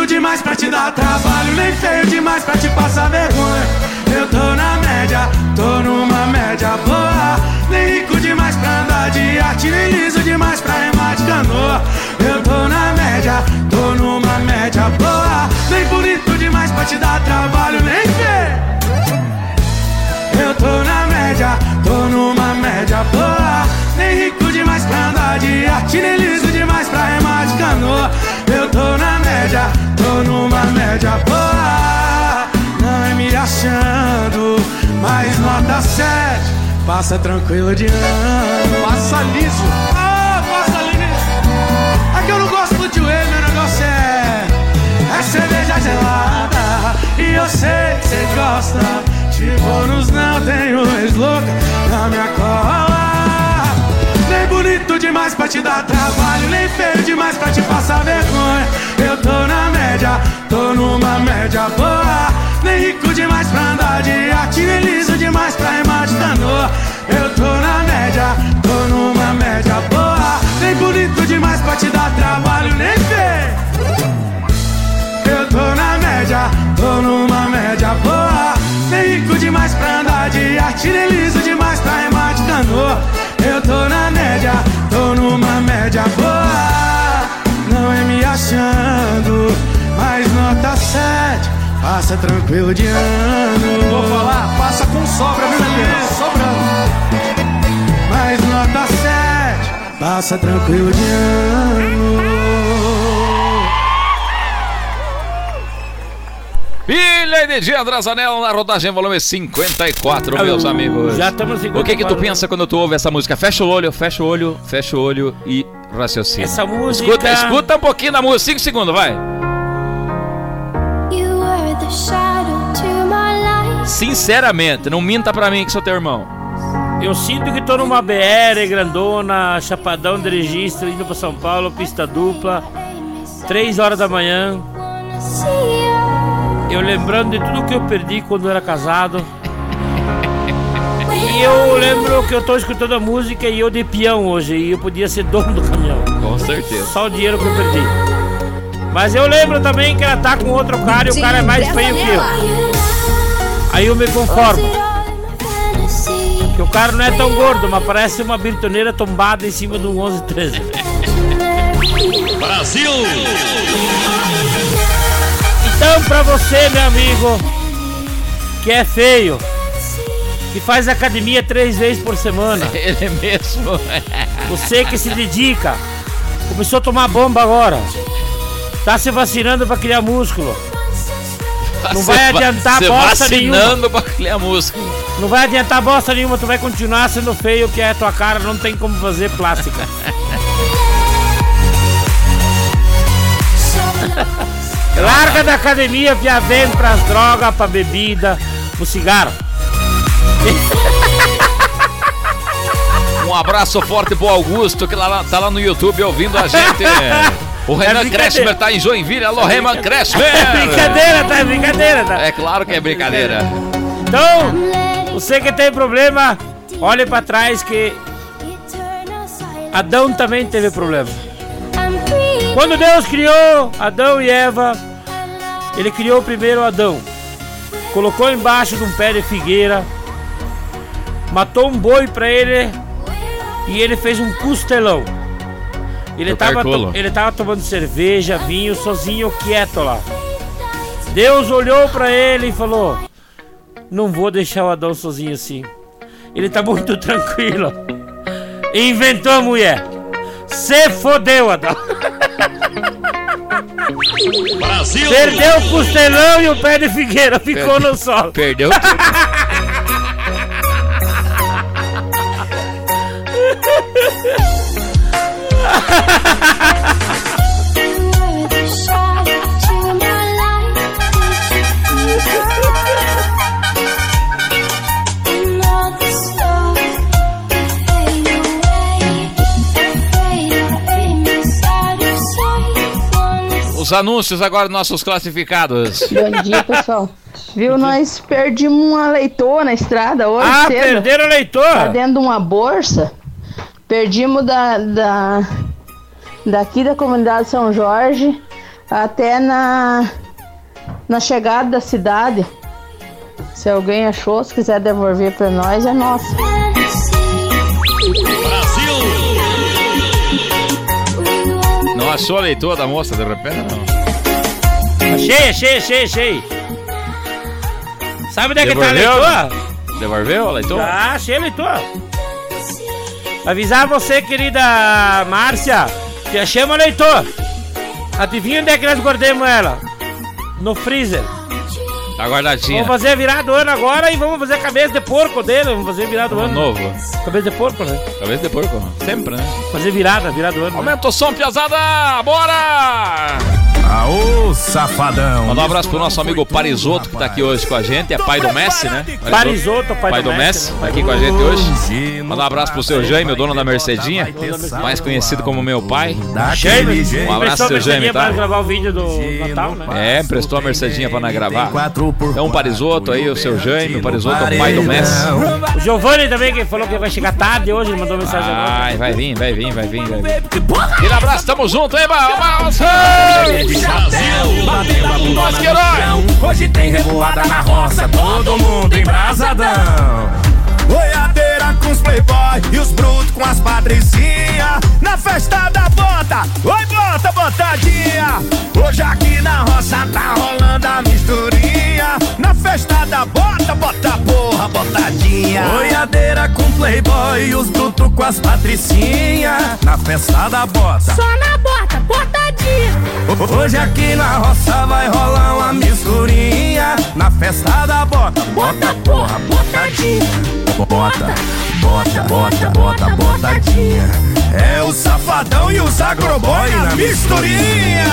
rico demais pra te dar trabalho, nem feio demais pra te passar vergonha. Eu tô na média, tô numa média boa. Nem rico demais pra andar de arte, nem liso demais pra remar de canoa. Eu tô na média, tô numa média boa. Nem bonito demais pra te dar trabalho, nem feio. Eu tô na média, tô numa média boa. Nem rico demais pra andar de arte, nem liso demais pra remar de canoa. Eu tô na média, tô numa média boa. Não é me achando, mas nota sete. Passa tranquilo de ano. Passa liso. Ah, passa liso. É que eu não gosto de joelho, meu negócio é É cerveja gelada. E eu sei que cê gosta. De bônus não tenho ex-louca na minha cola. Nem bonito demais pra te dar trabalho, nem feio demais pra te passar vergonha. Eu tô na média, tô numa média boa. Nem rico demais pra andar de arte, nem liso demais pra remar de canoa. Eu tô na média, tô numa média boa. Nem bonito demais pra te dar trabalho, nem feio. Eu tô na média, tô numa média boa. Nem rico demais pra andar de arte, nem liso demais pra remar de canoa. Eu tô na média, tô numa média boa. Não é me achando, mas nota sete. Passa tranquilo de ano. Vou falar, passa com sobra, viu, menino? Sobrando. Mas nota sete. Passa tranquilo de ano. Pilha e D J André Zanella na rodagem volume cinquenta e quatro, meus amigos. Já estamos em O que que tu pensa quando tu ouve essa música? Fecha o olho, fecha o olho, fecha o olho e raciocina. Essa música... Escuta, escuta um pouquinho da música, cinco segundos, vai. Sinceramente, não minta pra mim que sou teu irmão. Eu sinto que tô numa B R grandona, chapadão de registro, indo pra São Paulo, pista dupla, três horas da manhã. Eu lembrando de tudo que eu perdi quando eu era casado. E eu lembro que eu tô escutando a música e eu de peão hoje. E eu podia ser dono do caminhão. Com certeza. Só o dinheiro que eu perdi. Mas eu lembro também que ela tá com outro cara e o cara é mais feio que eu. Aí eu me conformo. Que o cara não é tão gordo, mas parece uma birtoneira tombada em cima de um onze treze. Brasil! Então pra você, meu amigo, que é feio, que faz academia três vezes por semana, ele mesmo. Você que se dedica, começou a tomar bomba agora, tá se vacinando pra criar músculo, não vai adiantar bosta nenhuma. Vacinando pra criar músculo. Não vai adiantar bosta nenhuma, tu vai continuar sendo feio, que é a tua cara, não tem como fazer plástica. Larga da academia, já vem pras drogas, pra bebida, pro cigarro. Um abraço forte pro Augusto, que lá, tá lá no YouTube ouvindo a gente. O Renan é Kressmer tá em Joinville. Alô, é Renan Kressmer. É brincadeira, tá? É brincadeira, tá? É claro que é brincadeira. Então, você que tem problema, olhe pra trás que Adão também teve problema. Quando Deus criou Adão e Eva, Ele criou primeiro Adão, colocou embaixo de um pé de figueira, matou um boi pra ele e ele fez um costelão. Ele tava, to- ele tava tomando cerveja, vinho, sozinho, quieto lá. Deus olhou pra ele e falou: não vou deixar o Adão sozinho assim. Ele tá muito tranquilo. E inventou a mulher. Se fodeu, Adão. Brasil! Perdeu o costelão e o pé de figueira. Ficou Perde... no solo. Perdeu tudo. Os anúncios agora dos nossos classificados. Bom dia, pessoal. Viu, nós perdimos uma leitoa na estrada hoje ah, cedo. Ah, perderam a leitoa? Tá dentro de uma bolsa. Perdimos da, da, daqui da comunidade São Jorge até na, na chegada da cidade. Se alguém achou, se quiser devolver pra nós, é nosso. Brasil! Não achou a leitura da moça de repente, não? Achei, achei, achei, achei. Sabe onde é que tá a leitura? Devolveu a leitura? Ah, achei a leitura. Avisar você, querida Márcia, que achei uma leitura. Adivinha onde é que nós guardamos ela? No freezer. Tá guardadinha. Vamos fazer a virada do ano agora e vamos fazer a cabeça de porco dele. Vamos fazer a virada do ano. Novo. Cabeça de porco, né? Cabeça de porco. Sempre, né? Fazer virada, virada do ano. Aumenta o som, piazada! Bora! Aô, safadão! Manda um abraço pro nosso amigo Parisotto, que tá aqui hoje com a gente. É pai do Messi, né? Parisotto, pai, pai do, do Messi. Messi tá aqui com a gente hoje. Manda um abraço pro seu Jaime, o dono da Mercedinha, mais conhecido como meu pai. Jaime, um abraço pro seu Jaime, tá? Pra gravar o vídeo do Natal, né? É, emprestou a Mercedinha pra nós gravar. Então o Parisotto aí, o seu Jaime, o Parisotto é o pai do Messi. O Giovanni também, que falou que vai chegar tarde hoje, ele mandou mensagem agora. Ai, vai vir, vai vir, vai vir, vai vir. Aquele abraço, tamo junto, hein, mano? Nós que herói! Hoje tem revoada na roça, todo mundo embrasadão. Boiadeira com os playboy e os brutos com as patricinhas. Na festa da bota, oi bota, botadinha. Hoje aqui na roça tá rolando a misturinha. Na festa da bota, bota porra, botadinha. Boiadeira com playboy e os brutos com as patricinhas. Na festa da bota, só na bota, botadinha. Hoje aqui na roça vai rolar uma misturinha. Na festa da bota, bota porra, botadinha. Bota, bota, bota, bota, botadinha. É o safadão e os agroboy na misturinha.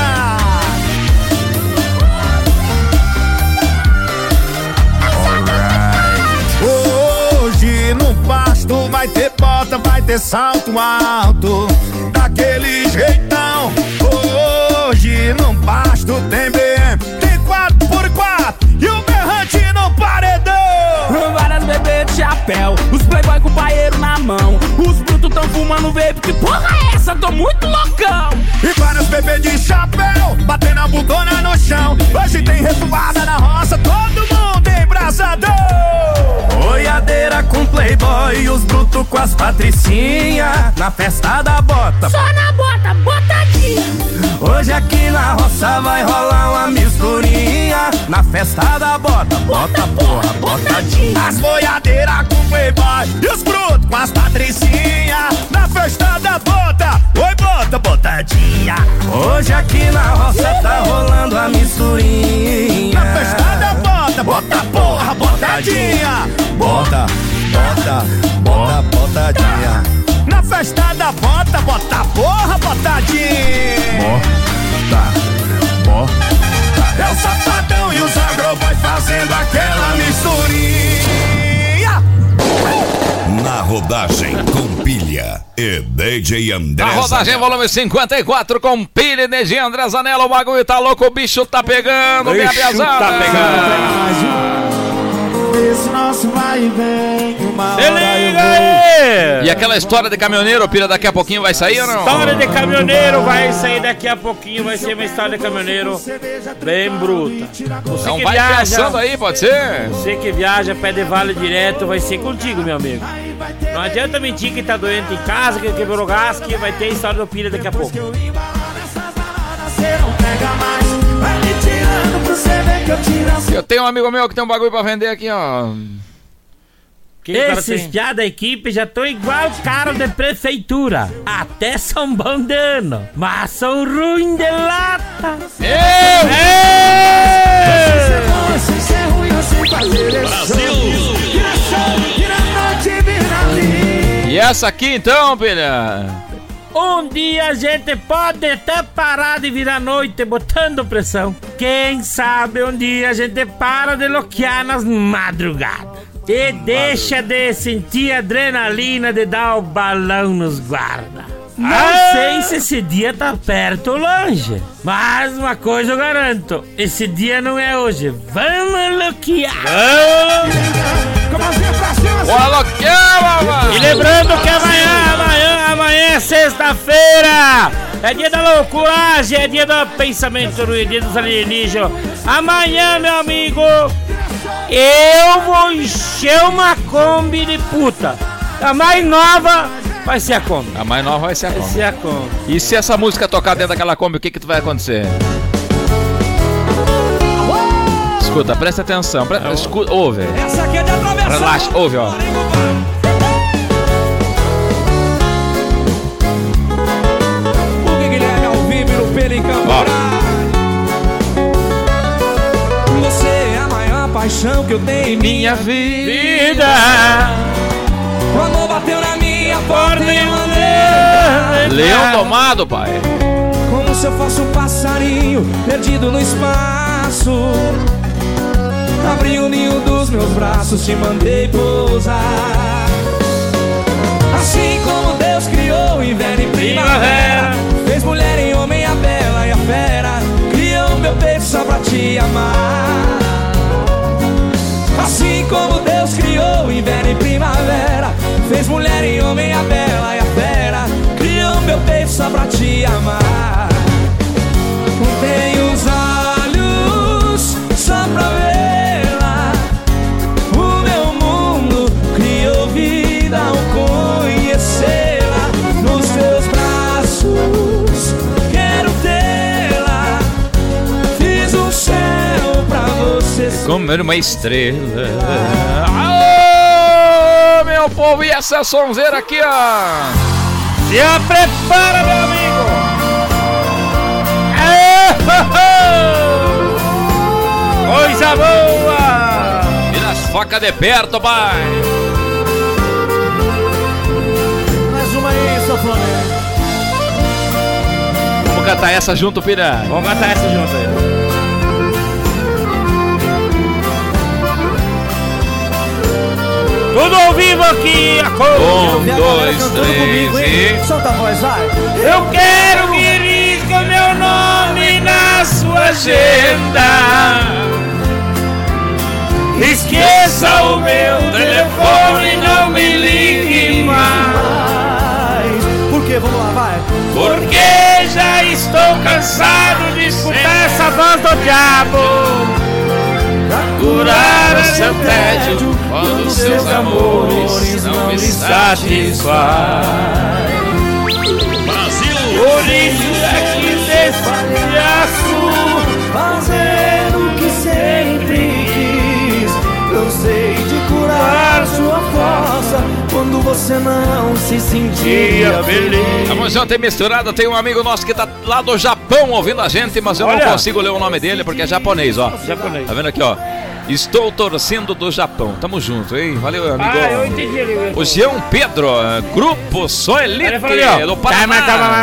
Alright. Hoje no pasto vai ter bota, vai ter salto alto, daquele jeitão. Hoje no pasto tem B M, tem quatro por quatro e o berrante no paredão. Várias bebês de chapéu, os playboy com o paeiro na mão. Os brutos tão fumando vape, que porra é essa? Tô muito loucão. E várias bebês de chapéu, batendo a bundona no chão. Hoje tem revoada na roça, todo mundo embrasadão. Boiadeira com playboy e os brutos com as patricinhas. Na festa da bota, só na bota, botadinha. Hoje aqui na roça vai rolar uma misturinha. Na festa da bota, bota porra, botadinha. As boiadeiras com playboy e os brutos com as patricinhas. Na festa da bota, oi bota, botadinha. Hoje aqui na roça tá rolando a misturinha. Na festa da bota, bota porra, botadinha. Bota, bota, bota, botadinha. Na festa da bota, bota porra, botadinha. Bota, bota. É o safadão e os agroboy fazendo aquela misturinha. Na rodagem com pilha e D J André. Na rodagem volume cinquenta e quatro com pilha e D J André Zanella. O bagulho tá louco, o bicho tá pegando, o minha pesada. tá pegando. Esse nosso vai e vem, uma Se liga aí! E aquela história de caminhoneiro, Pira, daqui a pouquinho vai sair ou não? História de caminhoneiro vai sair daqui a pouquinho. Vai ser uma história de caminhoneiro bem bruta. Você Não que vai viaja, pensando aí, pode ser? Você que viaja, pé de vale direto, vai ser contigo, meu amigo. Não adianta mentir que tá doente em casa, que quebrou o gás, que vai ter história do Pira daqui a pouco. Eu tenho um amigo meu que tem um bagulho pra vender aqui, ó. Que Esses piá da equipe já estão igual cara de prefeitura. Até são bons de ano, mas são ruins de lata. Eu! E essa aqui então, Pilha? Um dia a gente pode até parar de virar noite botando pressão. Quem sabe um dia a gente para de loquear nas madrugadas. E deixa de sentir adrenalina de dar o balão nos guarda. Não ah! sei se esse dia tá perto ou longe, mas uma coisa eu garanto: esse dia não é hoje. Vamos loquear! Bora loquear, mamãe! E lembrando que amanhã, amanhã, amanhã é sexta-feira! É dia da loucuragem, é dia do pensamento ruim, dia dos alienígenas. Amanhã, meu amigo, eu vou encher uma Kombi de puta. A mais nova vai ser a Kombi. A mais nova vai ser a Kombi. Vai ser a Kombi. E se essa música tocar dentro daquela Kombi, o que que tu vai acontecer? Escuta, presta atenção, presta, é escuta, ouve. Essa aqui é de atravessar. Relaxa, ouve, ó. O que Guilherme ao vivo no pelo em Campo Grande. Você é a maior paixão que eu tenho em minha vida. O amor bateu na minha porta e eu andei. Leão domado, pai. Como se eu fosse um passarinho perdido no espaço. Abri o ninho dos meus braços, te mandei pousar. Assim como Deus criou o inverno e primavera, fez mulher em homem, a bela e a fera, criou meu peito só pra te amar. Assim como Deus criou o inverno e primavera, fez mulher em homem, a bela e a fera, criou meu peito só pra te amar. Contei os olhos só pra ver. Ao conhecê-la nos teus braços, quero tê-la. Fiz um céu pra você comer uma estrela. Ô, meu povo, e essa sonzeira aqui, ó. Se prepara, meu amigo. Coisa boa. Tira as facas de perto, pai. Vamos cantar essa junto, Pira. Vamos cantar essa junto aí. Tudo ao vivo aqui, a cor. Um, dois, três e... Solta a voz, vai. Eu quero que risque o meu nome na sua agenda. Esqueça o meu telefone, não me ligue mais. Por que? Vamos lá, vai. Porque já estou cansado de escutar essa voz do diabo. Curar o seu tédio quando seus amores não me satisfazem. Brasil! Por isso é que desse palhaço fazer o que sempre quis. Eu sei de curar sua força quando você não se sentia feliz. Vamos junto e misturado. Tem um amigo nosso que tá lá do Japão ouvindo a gente, mas eu Olha. não consigo ler o nome dele porque é japonês, ó. Japonês. Tá vendo aqui, ó? Estou torcendo do Japão. Tamo junto, hein? Valeu, amigo. Ah, eu entendi ali. O Jean Pedro, Grupo Sou Elite do Paraná.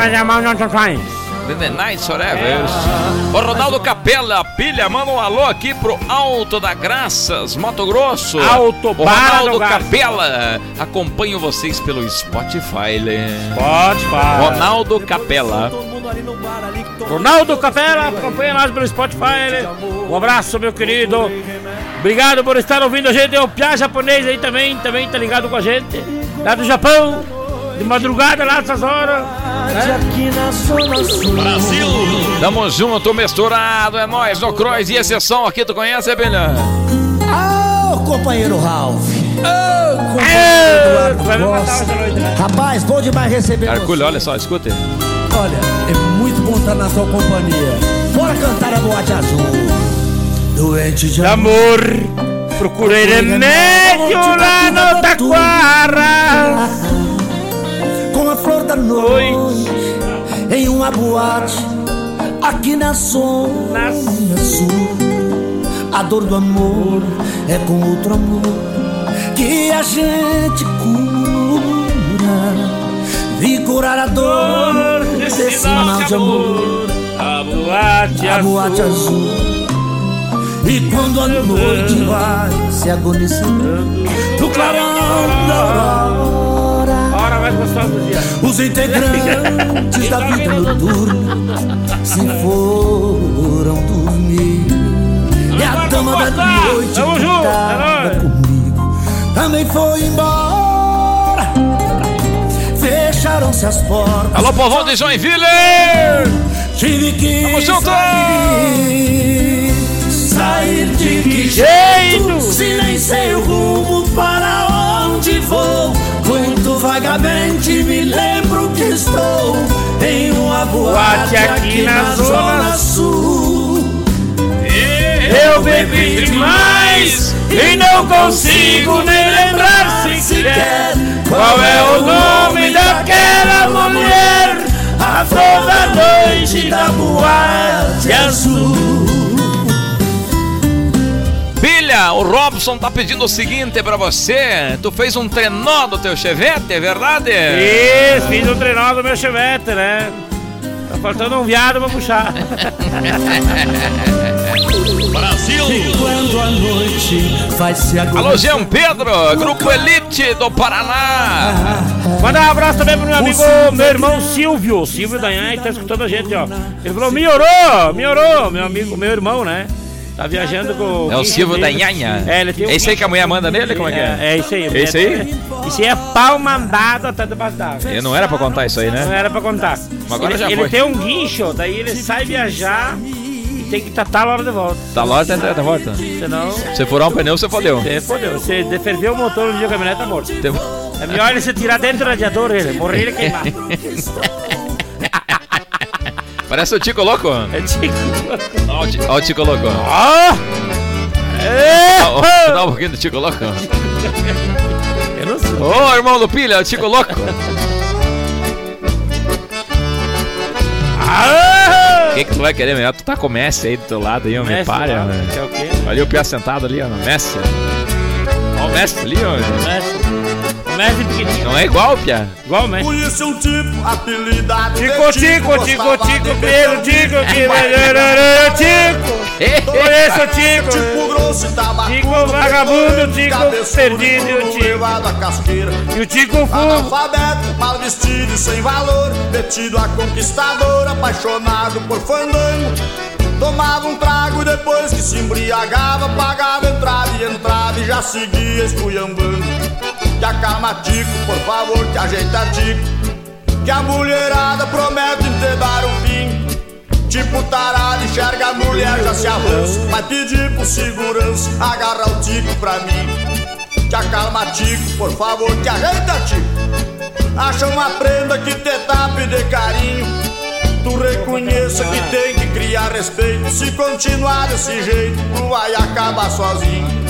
The Night Forever. O Ronaldo Capela, pilha, manda um alô aqui pro Alto da Graças, Mato Grosso. Alto o Ronaldo Capela, acompanho vocês pelo Spotify. Spotify. Ronaldo Capela. Ronaldo Capela, acompanha nós pelo Spotify. Um abraço, meu querido. Obrigado por estar ouvindo a gente. É o Piá japonês aí também, também tá ligado com a gente. Lá do Japão. De madrugada lá nessas horas, né? Brasil! Tamo junto, misturado, é nóis no Cross e exceção aqui, tu conhece, Belhã? Ah, oh, companheiro Ralph! Ah, oh, companheiro Eduardo Costa! Rapaz, bom demais receber você. Arculho, olha só, escute. Olha, é muito bom estar na sua companhia. Bora cantar a Boate Azul. Doente de amor, procurei remédio lá no Taquara. Com a flor da noite, em uma boate, aqui na Zona Sul. A dor do amor é com outro amor que a gente cura. Vi curar a dor desse sinal de amor, a boate, a boate azul. E quando a noite vai se agonizando no clarão da aurora, os integrantes da vida noturna se foram dormir. E a dama da noite que estava comigo também foi embora. Fecha fecharam-se as portas. Alô, povão de Joinville! Tive que Vamos junto! sair, sair de que jeito? Se nem sei o rumo para onde vou. Muito vagamente me lembro que estou em uma boate aqui na Zona Sul. Eu bebi demais e não consigo nem lembrar sequer qual é o nome daquela mulher, a flor da noite da boate azul. Pilha, o Robson tá pedindo o seguinte pra você. Tu fez um trenó do teu Chevette, é verdade? Isso, fiz um trenó do meu Chevette, né? Tá faltando um viado pra puxar. Brasil! Quando a noite vai se agotar. Alô, Jean Pedro, Grupo Elite do Paraná. Manda um abraço também pro meu amigo, meu irmão Silvio. Silvio Danhan, que tá escutando a gente, ó. Ele falou, me orou, me orou, meu amigo, meu irmão, né? Tá viajando com... É o Silvio da Nhanha. É, ele tem um... É isso aí que a mulher manda nele? Como é que é? É, é isso aí. É isso aí? Isso aí é pau mandado até debaixo d'água. E não era pra contar isso aí, né? Não era pra contar. Mas agora ele, já ele foi. tem um guincho, daí ele sai viajar e tem que tatar a hora de volta. Tá lá, tá de volta. Senão... Se furar um pneu, você fodeu. Você fodeu. Se ferver o motor no dia da caminhonete, tá morto. Tem... É melhor ele se tirar dentro do radiador, ele morrer e queimar. Parece o Tico Louco. É Tico Louco. Olha o Tico Louco. Ó! Dá, dá um pouquinho do Tico Louco. Eu não sei. Ô, oh, irmão do Pilha, o Tico Louco. O que que tu vai querer melhor? Tu tá com o Messi aí do teu lado aí, homem. Para, né? É o quê? Ali o Pia sentado ali, ó, no Messi. Ó o Messi ali, ó. Messi. O Messi pequenininho. Não é igual, Pia? Igual o Messi. Conheci um tipo apelidado Tico, Tico, Tico, Tico, Pedro, Tico, Tico, Tico. Conheço o Tico. Tico grosso e tabacudo, Tico vagabundo, Tico perdido e o Tico. levado à casqueira. E o Tico fumo. Analfabeto, mal vestido e sem valor, metido a conquistador, apaixonado por fandango. Tomava um trago depois que se embriagava, pagava entrada e entrada e já seguia esculhambando. Que acalma Tico, por favor, que ajeita Tico, que a mulherada promete te dar um fim. Tipo tarado, enxerga a mulher, já se avança, vai pedir por segurança, agarra o Tico pra mim. Que acalma Tico, por favor, que ajeita Tico. Acha uma prenda que te tape de carinho. Tu reconheça que tem que criar respeito. Se continuar desse jeito, tu vai acabar sozinho.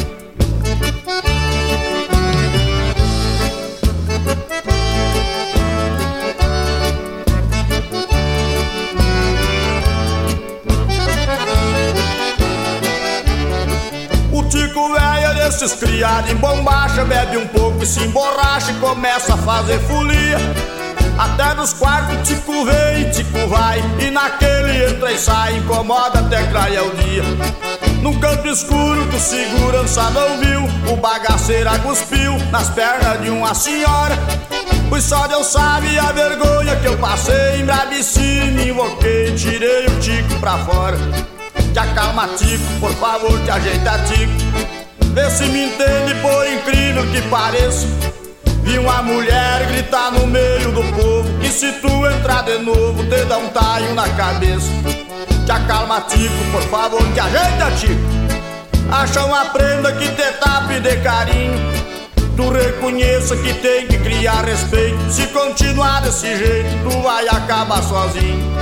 O Tico velho é desses criados em bombacha, bebe um pouco e se emborracha e começa a fazer folia. Até nos quartos Tico vem, Tico vai, e naquele entra e sai, incomoda até clarear o dia. Num canto escuro que o segurança não viu, o bagaceiro cuspiu nas pernas de uma senhora. Pois só Deus sabe a vergonha que eu passei, embraveci, me invoquei, tirei o Tico pra fora. Que acalma Tico, por favor, que ajeita Tico. Vê se me entende, por incrível que pareça. Vi uma mulher gritar no meio do povo, que se tu entrar de novo, te dá um taio na cabeça. Que acalma Tico, por favor, que ajeita Tico. Acha uma prenda que te tape de carinho. Tu reconheça que tem que criar respeito. Se continuar desse jeito, tu vai acabar sozinho.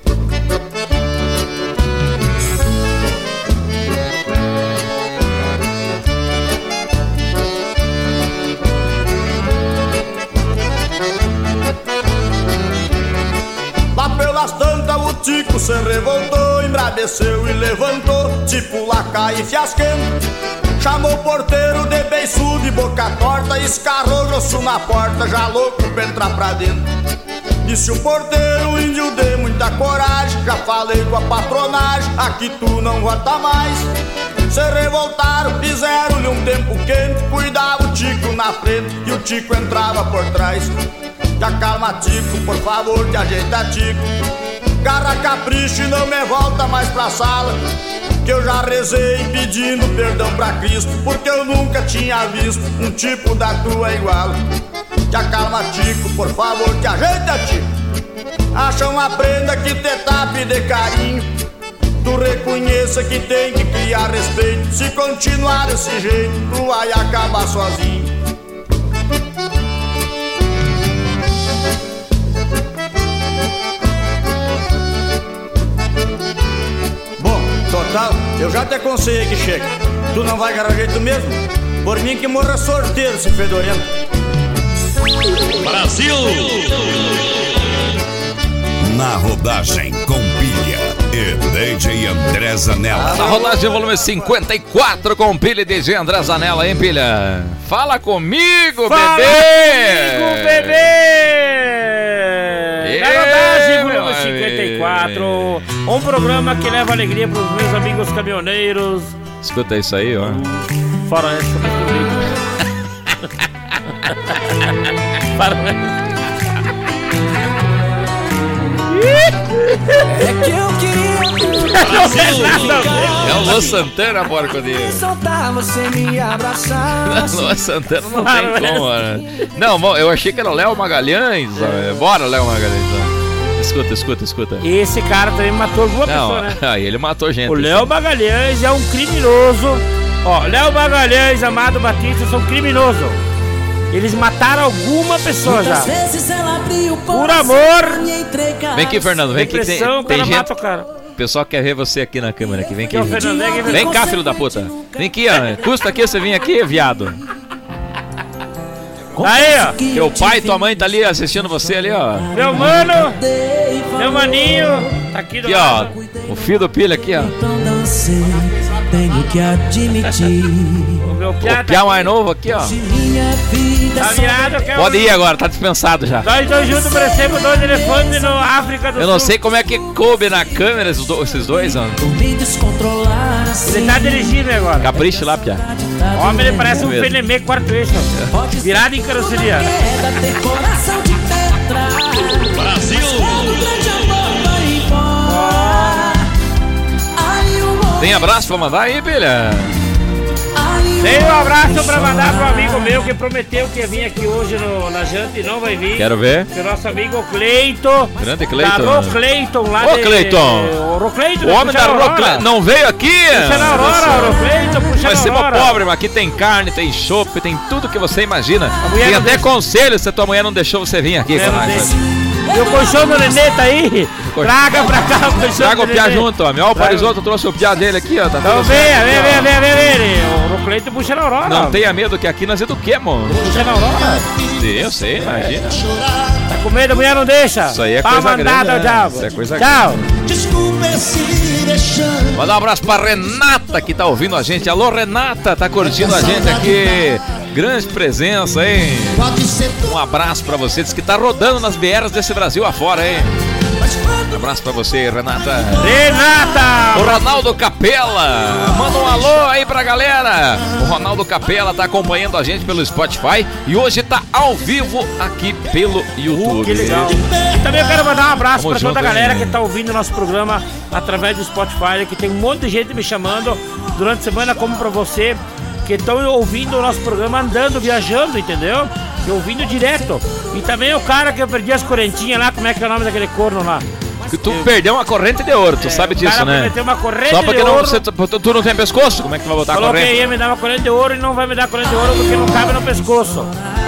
Lá pelas tantas o Tico se revoltou, embraveceu e levantou, tipo lacaio e fiasquento. Chamou o porteiro de beiçudo e boca torta, escarrou grosso na porta, já louco pra entrar pra dentro. Disse o porteiro, índio de muita coragem, já falei com a patronagem, aqui tu não volta mais. Se revoltaram, fizeram-lhe um tempo quente, cuidava o Tico na frente e o Tico entrava por trás. Que acalma Tico, por favor, que ajeita Tico. Garra capricho e não me volta mais pra sala, que eu já rezei pedindo perdão pra Cristo, porque eu nunca tinha visto um tipo da tua igual. Te acalma, Tico, por favor, te ajeita, Tico. Acha uma prenda que te tape de carinho. Tu reconheça que tem que criar respeito. Se continuar desse jeito, tu vai acabar sozinho. Bom, total, eu já te aconselhei que chega. Tu não vai ganhar jeito mesmo? Por mim que morra sorteiro, se fedorento. Brasil! Na rodagem com Pilha e D J André Zanella. Na rodagem volume cinquenta e quatro com Pilha e D J André Zanella, hein, Pilha? Fala comigo, Fala bebê! comigo, bebê! Na rodagem volume cinquenta e quatro, um programa que leva alegria para os meus amigos caminhoneiros. Escuta isso aí, ó. Fora essa, mas comigo. Para É que eu queria É o Luan Santana, porco dele. soltar, você me abraçar. Luan Santana não tem como, né? Não, eu achei que era o Léo Magalhães. ó. Bora, Léo Magalhães. ó. Escuta, escuta, escuta. Esse cara também matou alguma Não, pessoa, né? aí ele matou gente. O Léo Magalhães é um criminoso. Ó, Léo Magalhães, Amado Batista são criminosos. Eles mataram alguma pessoa já. Por amor. Vem aqui, Fernando, vem aqui. Tem, Depressão, o tem cara gente. mata o cara. O pessoal quer ver você aqui na câmera aqui. Vem aqui. Aqui, ó, Fernando, vem aqui, Vem cá, filho da puta. Vem aqui, ó. Custa aqui você vir aqui, viado. Aí, ó. Teu pai e tua mãe tá ali assistindo você ali, ó. Meu mano, meu maninho, tá aqui do Aqui, ó. lado. O filho do Pilha aqui, ó. Tenho que admitir. O meu O piá Piá tá mais novo aqui, ó. Tá virado, que é Pode o- ir agora, tá dispensado já. Nós dois juntos merecemos dois elefantes no África do Eu Sul. não sei como é que coube na câmera esses do- esses dois, ó. Me descontrolar assim. Ele tá dirigindo agora. Capricha lá, Piá. O homem, ele parece um Mesmo. Fenemê quarto eixo. Virado em carroceria. Queda, ter coração de pedra. Brasil! Quando o grande amor vai embora. Aí o homem Tem abraço pra mandar aí, Pilha? Tem um abraço pra mandar pro amigo meu que prometeu que ia vir aqui hoje no, na janta e não vai vir. Quero ver. Que é o nosso amigo Cleiton. Grande Cleiton. Da Rocleiton lá Ô, de... Cleiton. O Rocleiton. O homem da Rocle não veio aqui? Puxa na Aurora, o Rocleiton, puxa Vai na ser mó Aurora. pobre, mas aqui tem carne, tem chopp, tem tudo que você imagina. mulher Tem não até deixa. conselho se a tua mulher não deixou você vir aqui. Mulher com não nós. deixa. E o colchão do Nenê tá aí. Traga pra cá o colchão Traga o do Piá Nenê. junto, ó. Meu Traga. Parisoto trouxe o Piá dele aqui, ó. Tá Então tudo venha, certo vem, aqui, vem, ó. vem, vem, vem. O Rocleiton puxa na Aurora. Não tenha medo que aqui nós eduquemos. Puxa na Aurora. Eu sei, imagina. Tá com medo, a mulher não deixa. Isso aí é Tá coisa mandado grande, ao né? diabo. Isso é coisa Tchau. Desculpe se deixando. Mandar um abraço pra Renata que tá ouvindo a gente. Alô, Renata, tá curtindo a gente aqui. Grande presença, hein? Pode ser Um abraço pra você. Diz que tá rodando nas B Rs desse Brasil afora, hein? Um abraço pra você, Renata. Renata! O Ronaldo Capela. Manda um alô aí pra galera. O Ronaldo Capela tá acompanhando a gente pelo Spotify e hoje tá ao vivo aqui pelo YouTube. Que legal. E também eu quero mandar um abraço Tamo pra toda a junto, galera hein? que tá ouvindo o nosso programa através do Spotify, que tem um monte de gente me chamando durante a semana, como pra você, que estão ouvindo o nosso programa andando, viajando, entendeu? E ouvindo direto. E também o cara que eu perdi as correntinhas lá, como é que é o nome daquele corno lá? Que tu perdeu uma corrente de ouro, tu sabe o disso, cara né? prometeu uma corrente Só porque de não, ouro. você, tu, tu não tem pescoço? Como é que tu vai botar a Falou que corrente? ia me dar uma corrente de ouro e não vai me dar corrente de ouro porque não cabe no pescoço.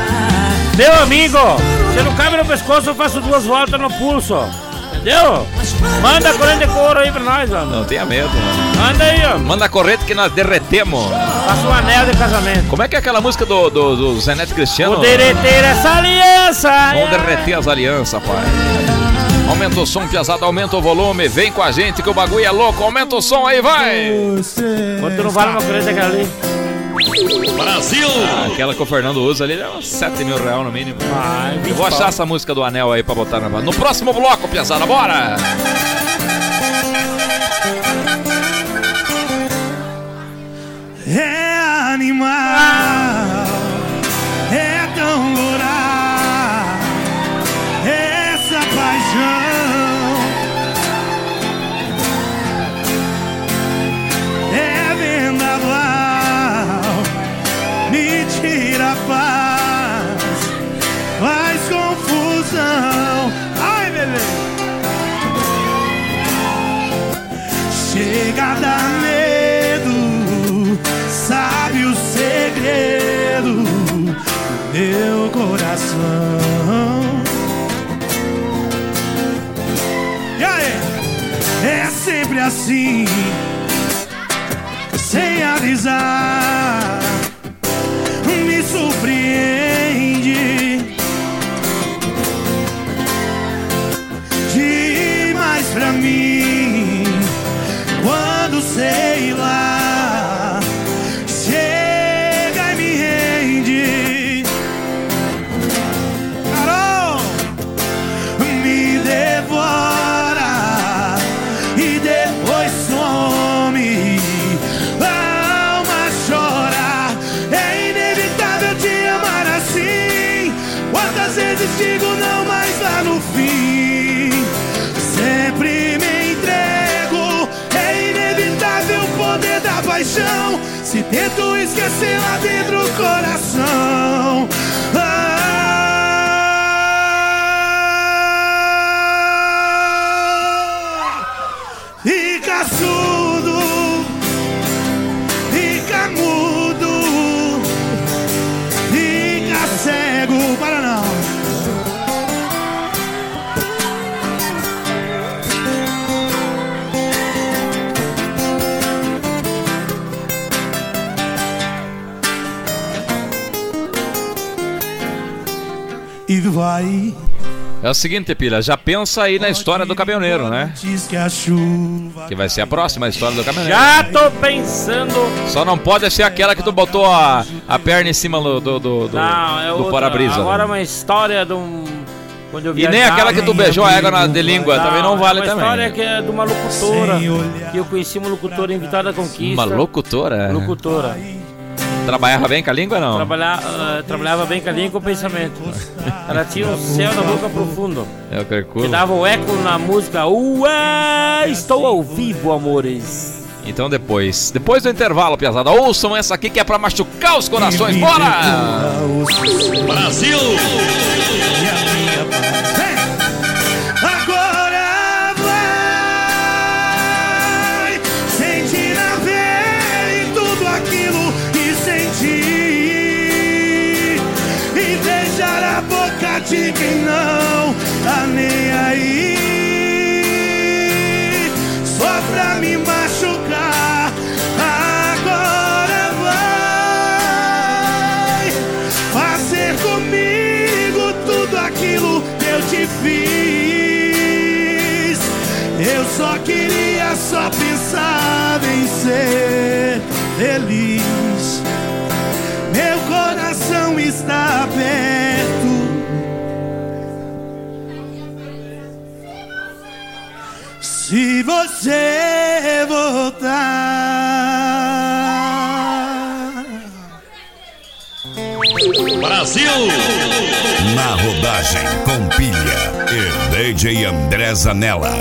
Meu amigo, se não cabe no pescoço, eu faço duas voltas no pulso. Entendeu? Manda a corrente de ouro aí pra nós, ó. Não tenha medo. Manda aí, ó. Manda a corrente que nós derretemos. Faça um anel de casamento. Como é que é aquela música do, do, do Zé Neto Cristiano? Vou derreter essa aliança. Vamos derreter as alianças, pai. Aumenta o som, piazada, aumenta o volume. Vem com a gente que o bagulho é louco. Aumenta o som aí, vai. Quanto não vale uma corrente daquela ali? Brasil! Ah, aquela que o Fernando usa ali é uns sete mil reais no mínimo. Ai, Eu vou achar essa música do anel aí pra botar na... no próximo bloco, piazada, bora! É animal, é tão rural, essa paixão é vendaval, me tira a paz, coração. E aí? É sempre assim, sem avisar, me surpreende demais pra mim. Quando sei lá, chega e me rende. Carol, me devora e depois some. A alma chora, é inevitável te amar assim. Quantas vezes digo não, mas lá no fim sempre me entrego. É inevitável o poder da paixão. Se tento esquecer lá dentro do coração. Fica surdo, fica mudo, fica cego, para não. E vai. É o seguinte, Pilha, já pensa aí na história do caminhoneiro, né? Que vai ser a próxima história do caminhoneiro. Já tô pensando. Só não pode ser aquela que tu botou a, a perna em cima do, do, do, Não, é do outra. para-brisa. Agora é uma história de um... Quando eu E nem aquela que tu beijou a égua na, de língua, também não vale é uma também. história que é de uma locutora. Que eu conheci uma locutora em Vitória da Conquista. Uma locutora? Locutora. Trabalhava bem com a língua, não? Trabalha, uh, trabalhava bem com a língua e com o pensamento. Ela tinha um céu na boca profundo. É o calculo. Que dava o eco na música. Ué, estou ao vivo, amores. Então depois, depois do intervalo, piazada, ouçam essa aqui que é pra machucar os corações. Bora! Brasil! Agora vai sentir na pele tudo aquilo que senti e beijar a boca de quem não tá nem aí, só pra me machucar. Agora vai fazer comigo tudo aquilo que eu te fiz. Eu só queria, só pensava em ser feliz. Meu coração está perto. Se você voltar. Brasil! Na rodagem com pilha e D J André Zanella.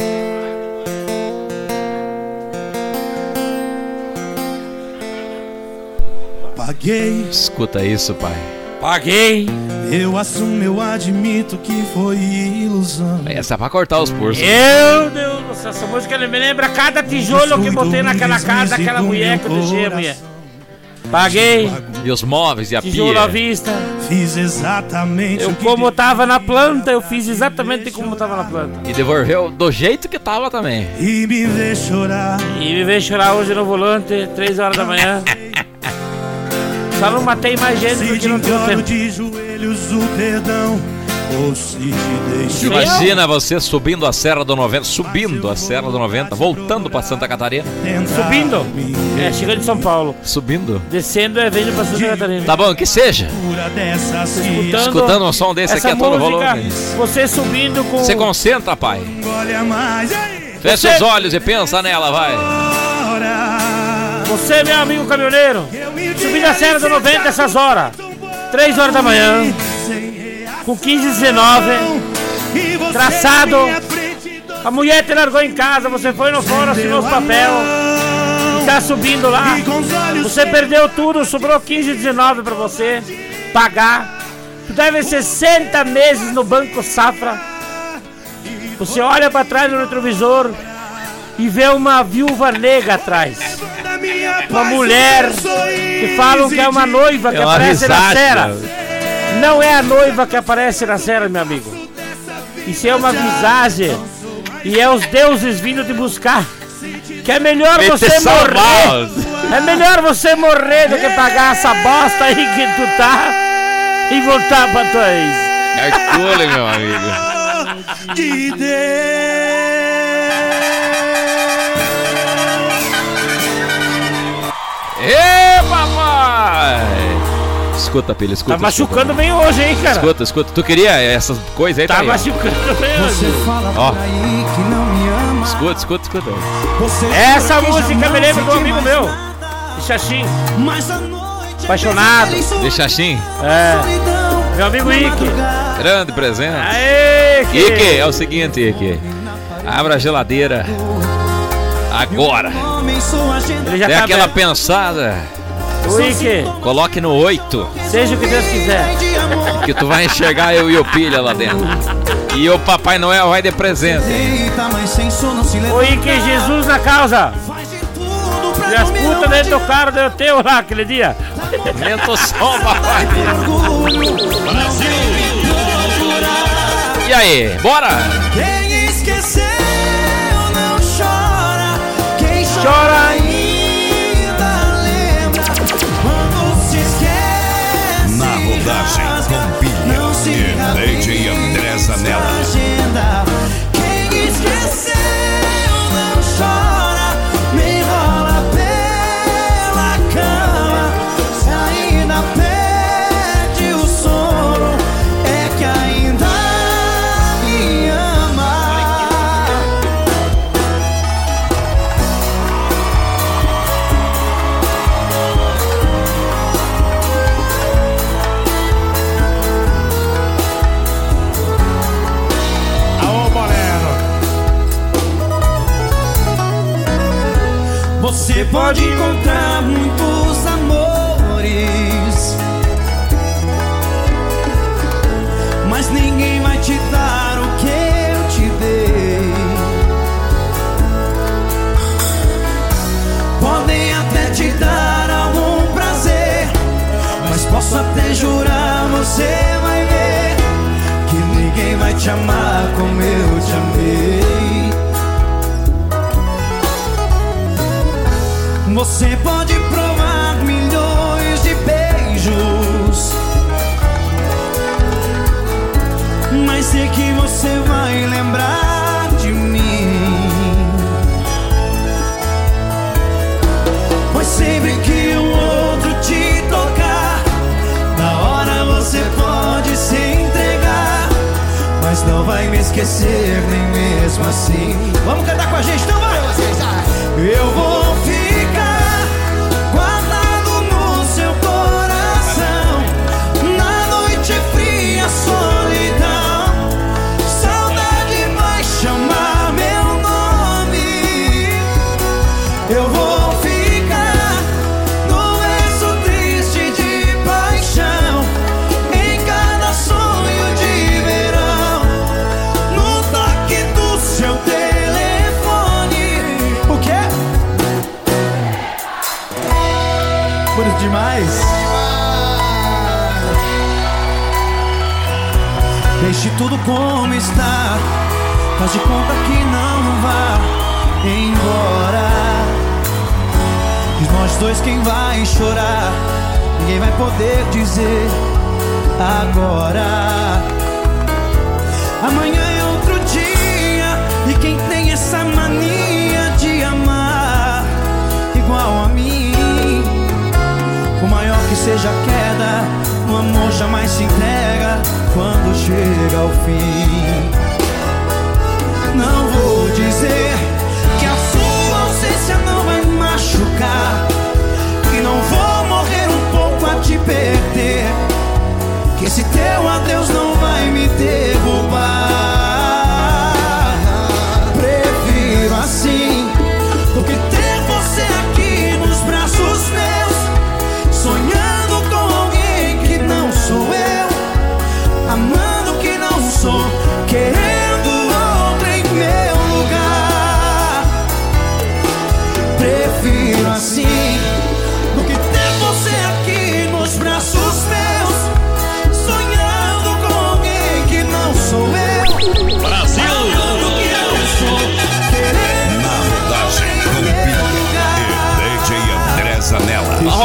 Paguei. Escuta isso, pai. Paguei. Eu assumo, eu admito que foi ilusão. Essa é pra cortar os pulsos. Meu Deus do céu, essa música me lembra cada tijolo que botei naquela casa, aquela mulher que eu deixei a mulher. Paguei. E os móveis e a tijolo pia. à vista. Fiz exatamente eu o que como tava na planta, eu fiz exatamente como tava na planta. E devolveu do jeito que tava também. E me vê chorar. E me vê chorar hoje no volante, três horas da manhã. Só não matei mais gente porque não deu tempo. De joelhos o perdão, ou se te deixo. Imagina você subindo a Serra do noventa, subindo a Serra do noventa, voltando pra Santa Catarina. Subindo? É, chegando em São Paulo. Subindo? Descendo é vindo pra Santa Catarina. Tá bom, que seja. Escutando, Escutando um som desse aqui a todo volume. Você subindo com... Você concentra, pai. Olha mais. Fecha os olhos e pensa nela, vai. Você, meu amigo caminhoneiro, subindo a Serra do noventa essas horas, três horas da manhã, com quinze e dezenove, traçado, a mulher te largou em casa, você foi no fórum, assinou os papel, e tá subindo lá, você perdeu tudo, sobrou quinze e dezenove pra você pagar, tu deve sessenta meses no Banco Safra, você olha pra trás no retrovisor e vê uma viúva negra atrás. Uma mulher que falam que é uma noiva, que é aparece na serra. Não é a noiva que aparece na cena, meu amigo. Isso é uma visagem. E é os deuses vindo te buscar. Que é melhor você morrer. É melhor você morrer do que pagar essa bosta aí que tu tá e voltar pra tua ex. Calcule, meu amigo. De Deus. Ê, papai! Escuta, Pilha, escuta. Tá machucando bem hoje, hein, cara? Escuta, escuta. Tu queria essas coisas aí, tá? Tá aí, machucando bem hoje. Você fala por aí que não me ama. Escuta, escuta, escuta. Essa música me lembra de um amigo meu, de Xaxim. Apaixonado. De Xaxim? É. Meu amigo Ike. Grande presente. Aê, Ike. Ike, é o seguinte, Ike. Abra a geladeira. Agora. Ele já Dê tá aquela bem. pensada. O Ike. Coloque no oito. Seja o que Deus quiser. Que tu vai enxergar eu e o Pilha lá dentro. E o Papai Noel vai de presente. O Ike, Jesus na causa. E as putas dentro do carro deu teu lá aquele dia. Aumenta o som, papai. E aí, bora? Quem esqueceu não chora. Quem chora, Chora ainda lembra. Quando se esquece Na rodagem com Pilha e D J André Zanella. agenda. Quem esqueceu não chora. Me enrola pela cama. Se ainda perde o sono, é que ainda me ama. Aô, Moreno. Você pode encontrar muitos amores, mas ninguém vai te dar o que eu te dei. Podem até te dar algum prazer, mas posso até jurar, você vai ver que ninguém vai te amar como eu te amei. Você pode provar milhões de beijos, mas sei que você vai lembrar de mim. Pois sempre que o outro te tocar, na hora você pode se entregar, mas não vai me esquecer nem mesmo assim. Vamos cantar com a gente, então vai! Eu vou ficar guardado no seu coração, na noite fria, solidão. Saudade vai chamar meu nome. Eu vou ficar no verso triste de paixão, em cada sonho de verão, no toque do seu telefone. O quê? Bonito demais. Deixe tudo como está, faz de conta que não vá embora. De nós dois quem vai chorar, ninguém vai poder dizer agora. Amanhã é outro dia, e quem tem essa mania de amar igual a mim, por maior que seja a queda, o amor jamais se entrega quando chega ao fim. Não vou dizer que a sua ausência não vai machucar, que não vou morrer um pouco a te perder, que esse teu adeus não vai me derrubar. Prefiro assim do que ter você aqui nos braços meus, sonhando com alguém que não sou eu, amando que não sou, querendo outro em meu lugar. Prefiro assim do que ter você aqui nos braços meus, sonhando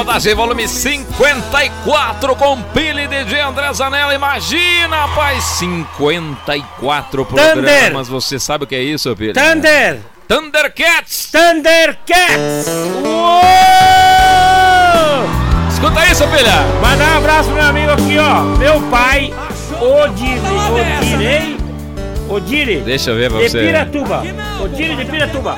Rodagem volume cinquenta e quatro com Pilha e D J André Zanella. Imagina, rapaz, cinquenta e quatro programas. Você sabe o que é isso, Pilha? Thunder! Thundercats! Thundercats! Uou! Escuta isso, Pilha! Mandar um abraço pro meu amigo aqui, ó. Meu pai, Odile. Odile. Odile. Deixa eu ver pra de você. De Piratuba. Odile de Piratuba.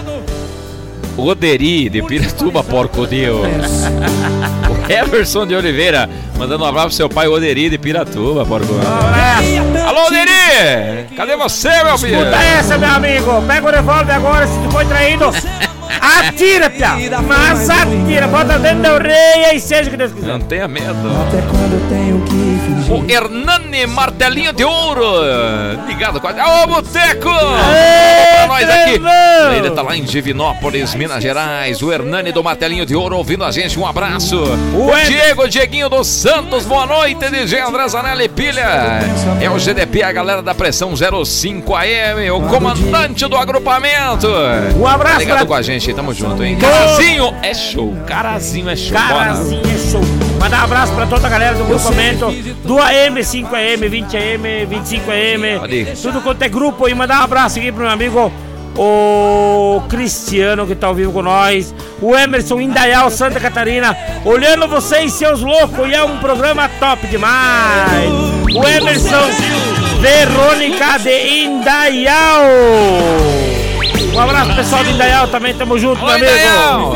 Oderi de Piratuba, porco Deus. O Everson de Oliveira mandando um abraço pro seu pai Oderi de Piratuba, porco. Alô, Oderi! Cadê você, meu filho? Escuta essa, meu amigo. Pega o revólver agora, se tu foi traído. Atira, pia! Mas atira, bota dentro da orelha e seja o que Deus quiser. Não tenha medo. Até quando eu tenho que fingir. O Hernani Martelinho de Ouro. Ligado com a... Ô, Boteco! Ei, pra nós aqui. trevão! Ele tá lá em Divinópolis, Minas Gerais. O Hernani do Martelinho de Ouro ouvindo a gente. Um abraço. O, o Diego Dieguinho dos Santos. Boa noite, D J André Zanella e Pilha. É o G D P, a galera da Pressão zero cinco A M. O comandante do agrupamento. Um abraço tá ligado pra... com a gente, tamo junto, hein? Carazinho é show. Carazinho é show. Carazinho é show. Mandar um abraço pra toda a galera do grupamento do A M, cinco A M, vinte A M, vinte e cinco A M. Tudo quanto é grupo. E mandar um abraço aqui pro meu amigo o Cristiano, que tá ao vivo com nós. O Emerson Indaial, Santa Catarina. Olhando vocês, seus loucos. E é um programa top demais. O Emerson Verônica de Indaial. Um abraço pessoal do Indaial também, tamo junto, meu amigo.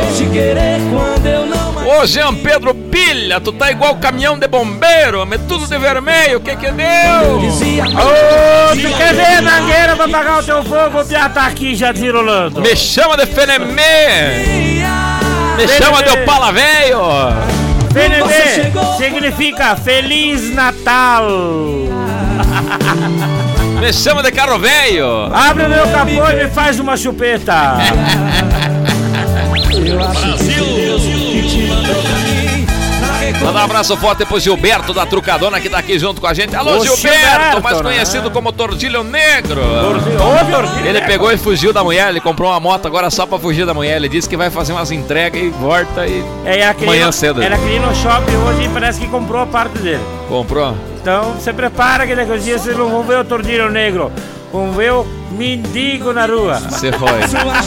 Ô Jean Pedro Pilha, tu tá igual caminhão de bombeiro, mas tudo de vermelho, o que que deu? Ô, tu quer ver a mangueira pra apagar o teu fogo? O Pia tá aqui já desrolando. Me chama de Fenemê, me chama de Opala Velho. Fenemê significa Feliz Natal. Me chama de carro velho. Abre o meu capô e me faz uma chupeta. Manda um abraço forte pro Gilberto da Trucadona, que tá aqui junto com a gente. Alô, Ô, Gilberto, Gilberto, mais né? conhecido como Tordilho Negro. Ô, Tordilho Ele Negro. pegou e fugiu da mulher, ele comprou uma moto agora só pra fugir da mulher. Ele disse que vai fazer umas entregas e volta e É, amanhã no, cedo. Era aquele no shopping hoje e parece que comprou a parte dele. Comprou? Então você prepara que daqui a dias vocês não vão ver o Tordilho Negro. Vão ver o mendigo na rua. Você foi.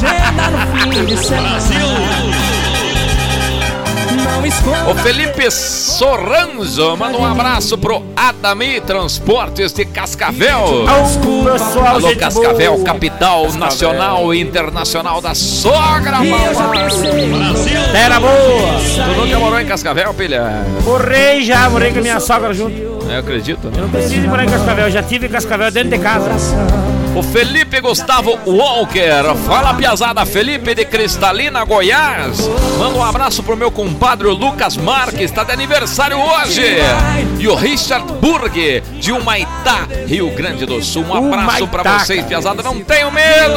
O Felipe Sorranzo manda um abraço pro Adami Transportes de Cascavel. Alô, pessoal, Alô, gente Cascavel, boa. capital Cascavel. nacional e internacional da sogra, Terra boa. Tu nunca morou em Cascavel, Pilha? Morrei já, morei com a minha sogra junto. Eu acredito. Eu não preciso morar em Cascavel, já tive Cascavel dentro de casa. O Felipe Gustavo Walker. Fala, piazada. Felipe de Cristalina, Goiás. Manda um abraço pro meu compadre Lucas Marques, tá de aniversário hoje. E o Richard Burg, de Humaitá, Rio Grande do Sul. Um abraço Humaitá, pra vocês, piazada. Não tenham medo.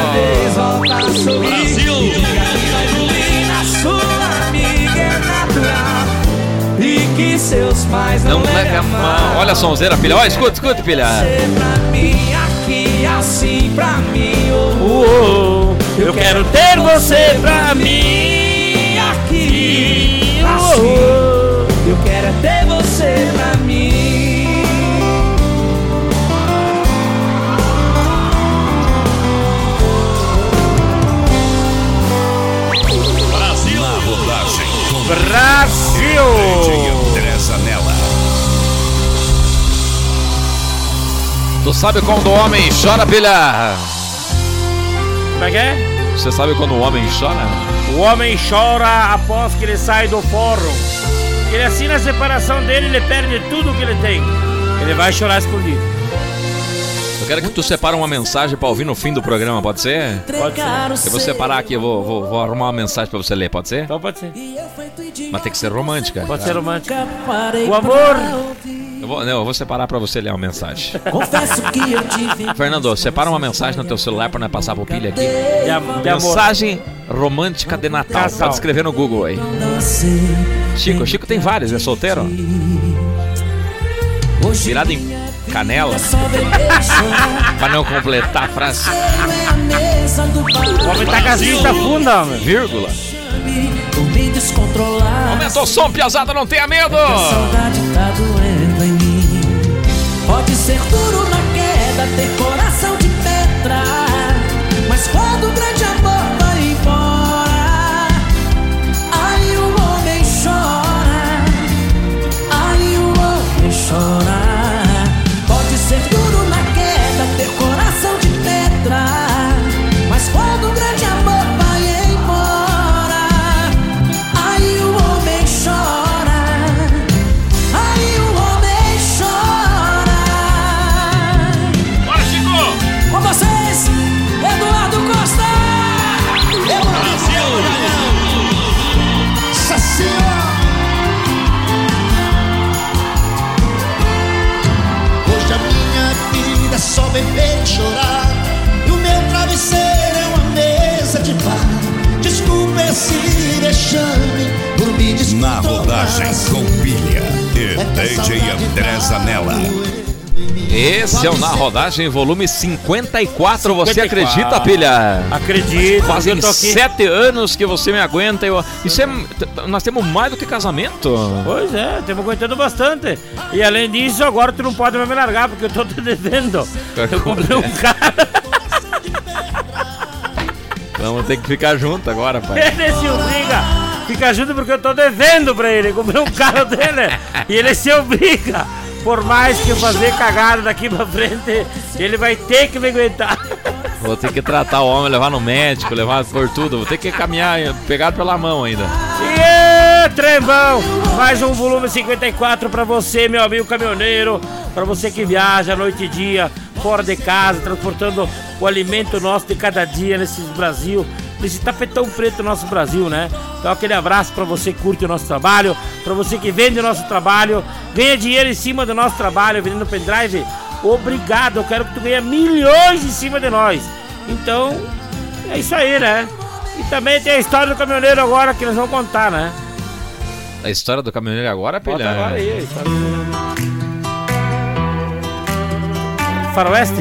E que seus pais Não leve a mão. Olha a sonzeira, filha. Olha, escuta, escuta, filha. Pra mim aqui, assim pra mim. Oh, oh, eu quero ter você pra mim aqui. Oh, oh, eu quero é ter você pra mim. Brasil. Na rodagem com Brasil. André Zanella. Tu sabe quando o homem chora, filha? Como é que é? Você sabe quando o homem chora? O homem chora após que ele sai do fórum. Ele assina a separação dele, ele perde tudo que ele tem. Ele vai chorar escondido. Eu quero que tu separe uma mensagem pra ouvir no fim do programa, pode ser? Pode ser. Eu vou separar aqui, eu vou, vou, vou arrumar uma mensagem pra você ler, pode ser? Então pode ser. Mas tem que ser romântica. Pode ser romântica. O amor. Eu vou, não, eu vou separar pra você ler uma mensagem. Confesso que eu tive. Fernando, separa uma mensagem no teu celular pra nós passar pro pilha aqui. De, am- de amor. Mensagem romântica de Natal. Casal. Pode escrever no Google aí. Chico, Chico tem vários, é solteiro? Virado em canela. Pra não completar a frase. O homem tá com as vistas fundas, homem. Vírgula. chame por me descontrolar. Aumenta o som, piazada, não tenha medo. É que a saudade tá doendo em mim. Pode ser duro na queda, ter coração de pedra, mas quando o grande amor vai embora, aí o homem chora, aí o homem chora. Pode ser duro na queda, ter coração de pedra, mas quando o grande amor vai embora, aí o homem chora, aí o homem chora. Bora, Chico! Com vocês, Eduardo Costa! Brasil! Sacia! Hoje a minha vida é só beber e chorar, e o meu travesseiro é uma mesa de bar. Desculpa esse vexame por me descontrolar. Na rodagem com pilha e D J André Zanella. Esse é o Na Rodagem, volume cinquenta e quatro. Você cinquenta e quatro. acredita, Pilha? Acredito. Fazem eu tô aqui. sete anos que você me aguenta. Eu... Isso é... Nós temos mais do que casamento. Pois é, estamos aguentando bastante. E além disso, agora tu não pode mais me largar, porque eu tô te devendo. Eu comprei um carro. Vamos ter que ficar junto agora, pai. Ele se obriga. Fica junto porque eu tô devendo pra ele. Eu comprei um carro dele e ele se obriga. Por mais que eu fazer cagada daqui pra frente, ele vai ter que me aguentar. Vou ter que tratar o homem, levar no médico, levar por tudo. Vou ter que caminhar pegado pela mão ainda. E trembão! Mais um volume cinquenta e quatro pra você, meu amigo caminhoneiro. Pra você que viaja noite e dia, fora de casa, transportando o alimento nosso de cada dia nesse Brasil, nesse tapetão preto do nosso Brasil, né? Então aquele abraço pra você que curte o nosso trabalho, pra você que vende o nosso trabalho, ganha dinheiro em cima do nosso trabalho, vendendo pendrive. Obrigado, eu quero que tu ganhe milhões em cima de nós. Então, é isso aí, né? E também tem a história do caminhoneiro agora que nós vamos contar, né? A história do caminhoneiro agora, Pilha? Bota agora aí, a história do caminhoneiro. Faroeste?